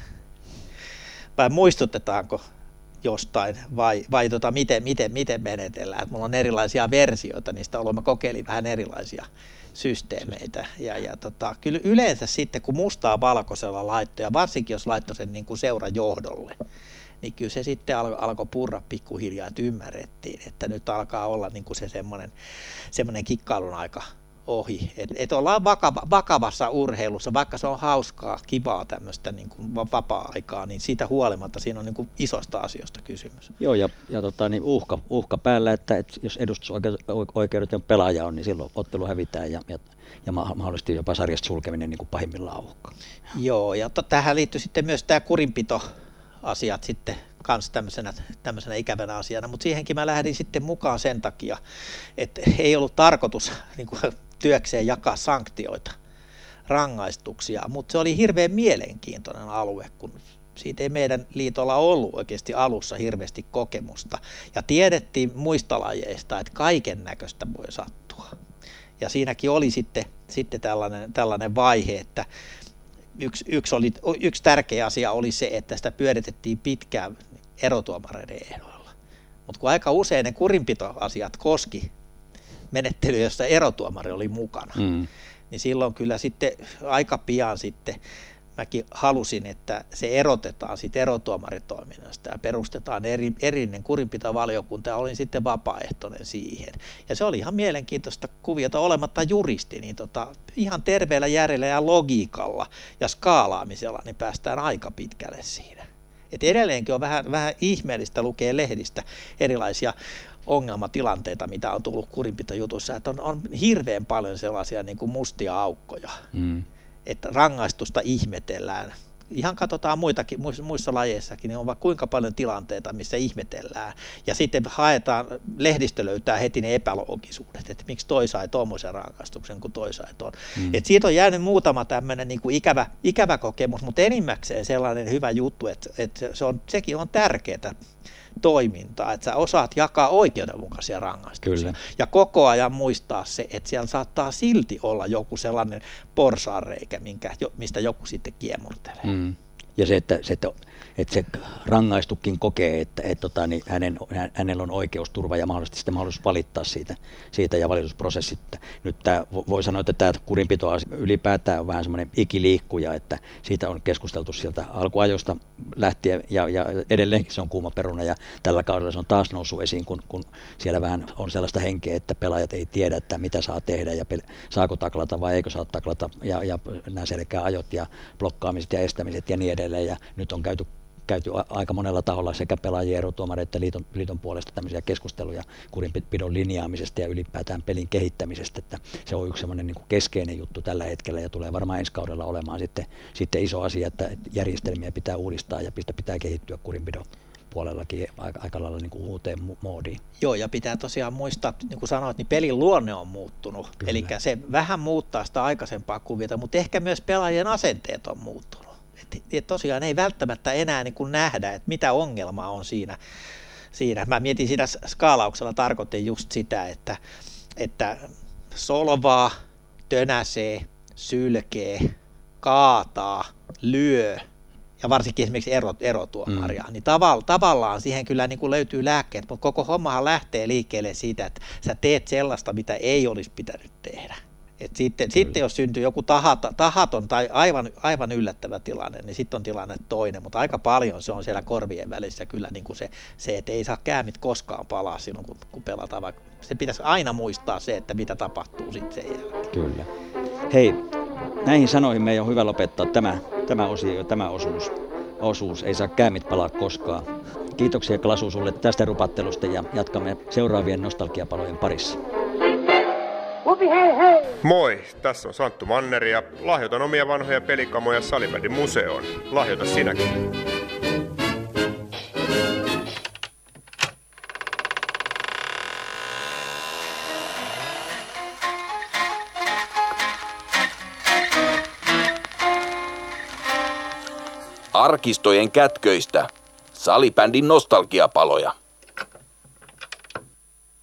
vai muistutetaanko jostain vai, vai tota, miten, miten, miten menetellään. Että mulla on erilaisia versioita niistä, olemme kokeilin vähän erilaisia systeemeitä. Ja, ja tota, kyllä yleensä sitten, kun mustaa valkoisella laittoi, ja varsinkin jos laittoi sen niin kuin seuran johdolle, niin kyllä se sitten alkoi alko purra pikkuhiljaa, että ymmärrettiin, että nyt alkaa olla niin kuin se semmoinen, semmoinen kikkailun aika ohi. Että et ollaan vakava, vakavassa urheilussa, vaikka se on hauskaa, kivaa tämmöistä niin kuin vapaa-aikaa, niin siitä huolimatta siinä on niin kuin isosta asioista kysymys. Joo, ja, ja tota, niin uhka, uhka päällä, että, että jos edustusoikeudet ja pelaaja on, niin silloin ottelu hävitään ja, ja, ja mahdollisesti jopa sarjasta sulkeminen niin kuin pahimmillaan uhka. Joo, ja to, tähän liittyy sitten myös tämä kurinpito asiat sitten kanssa tämmöisenä, tämmöisenä ikävänä asiana, mutta siihenkin mä lähdin sitten mukaan sen takia, että ei ollut tarkoitus niin kuin työkseen jakaa sanktioita rangaistuksia, mutta se oli hirveän mielenkiintoinen alue, kun siitä ei meidän liitolla ollut oikeasti alussa hirveästi kokemusta. Ja tiedettiin muista lajeista, että kaiken näköistä voi sattua. Ja siinäkin oli sitten, sitten tällainen, tällainen vaihe, että yksi, yksi, oli, yksi tärkeä asia oli se, että sitä pyöritettiin pitkään erotuomareiden ehdoilla. Mutta kun aika usein ne kurinpitoasiat koski menettelyä, jossa erotuomari oli mukana, mm. niin silloin kyllä sitten aika pian sitten mäkin halusin, että se erotetaan siitä erotuomaritoiminnasta ja perustetaan eri, erillinen kurinpitovaliokunta ja olin sitten vapaaehtoinen siihen. Ja se oli ihan mielenkiintoista kuviota olematta juristi, niin tota, ihan terveellä järjellä ja logiikalla ja skaalaamisella niin päästään aika pitkälle siinä. Et edelleenkin on vähän, vähän ihmeellistä lukea lehdistä erilaisia ongelmatilanteita, mitä on tullut kurinpitojutussa, että on, on hirveän paljon sellaisia niin kuin mustia aukkoja. Mm. Että rangaistusta ihmetellään. Ihan katsotaan muitakin, muissa lajeissakin, niin on vaikka kuinka paljon tilanteita, missä ihmetellään. Ja sitten haetaan, lehdistö löytää heti ne epäloogisuudet, että miksi toi sai tuommoisen rangaistuksen, kun toi sai ton. Mm. Et siitä on jäänyt muutama tämmöinen niin kuin ikävä, ikävä kokemus, mutta enimmäkseen sellainen hyvä juttu, että, että se on, sekin on tärkeää toimintaa, että sä osaat jakaa oikeudenmukaisia rangaistuksia. Kyllä. Ja koko ajan muistaa se, että siellä saattaa silti olla joku sellainen porsaanreikä, minkä, mistä joku sitten kiemurtelee. Mm. Ja se, että, se, että, että se rangaistukin kokee, että, että tota, niin hänen, hänellä on oikeusturva ja mahdollisesti sitten mahdollisuus valittaa siitä, siitä ja valitusprosessit. Nyt tämä, voi sanoa, että tämä kurinpito ylipäätään on vähän semmoinen ikiliikkuja, että siitä on keskusteltu sieltä alkuajosta lähtien ja, ja edelleenkin se on kuuma peruna ja tällä kaudella se on taas noussut esiin, kun, kun siellä vähän on sellaista henkeä, että pelaajat ei tiedä, että mitä saa tehdä ja pel- saako taklata vai eikö saa taklata ja, ja nämä selkeä ajot ja blokkaamiset ja estämiset ja niin edelleen. Ja nyt on käyty, käyty aika monella taholla sekä pelaajien, erotuomareiden että liiton, liiton puolesta tämmöisiä keskusteluja kurinpidon linjaamisesta ja ylipäätään pelin kehittämisestä, että se on yksi semmoinen niin kuin keskeinen juttu tällä hetkellä ja tulee varmaan ensi kaudella olemaan sitten, sitten iso asia, että järjestelmiä pitää uudistaa ja pitää kehittyä kurinpidon puolellakin aika, aika lailla niin kuin uuteen moodiin. Joo, ja pitää tosiaan muistaa, niin kuin sanoit, niin pelin luonne on muuttunut, Kyllä. eli se vähän muuttaa sitä aikaisempaa kuviota, mutta ehkä myös pelaajien asenteet on muuttunut. Et tosiaan ei välttämättä enää niin kuin nähdä, että mitä ongelma on siinä. siinä. Mä mietin siinä skaalauksella, tarkoitin just sitä, että, että solvaa, tönäsee, sylkee, kaataa, lyö ja varsinkin esimerkiksi erot, erotuomaria, mm. niin tavall, tavallaan siihen kyllä niin kuin löytyy lääkkeet, mutta koko hommahan lähtee liikkeelle siitä, että sä teet sellaista, mitä ei olisi pitänyt tehdä. Et sitten, sitten jos syntyy joku tahata, tahaton tai aivan, aivan yllättävä tilanne, niin sitten on tilanne toinen, mutta aika paljon se on siellä korvien välissä kyllä niin kuin se, se, että ei saa käämit koskaan palaa silloin, kun, kun pelataan, vaikka se pitäisi aina muistaa se, että mitä tapahtuu sitten sen jälkeen. Kyllä. Hei, näihin sanoihin meidän on hyvä lopettaa tämä, tämä osio, tämä osuus, osuus, ei saa käämit palaa koskaan. Kiitoksia Klasu sulle tästä rupattelusta ja jatkamme seuraavien nostalgiapalojen parissa. Hei, hei. Moi, tässä on Santtu Manneri ja lahjoitan omia vanhoja pelikamoja Salibändin museoon. Lahjoita sinäkin. Arkistojen kätköistä. Salibändin nostalgiapaloja.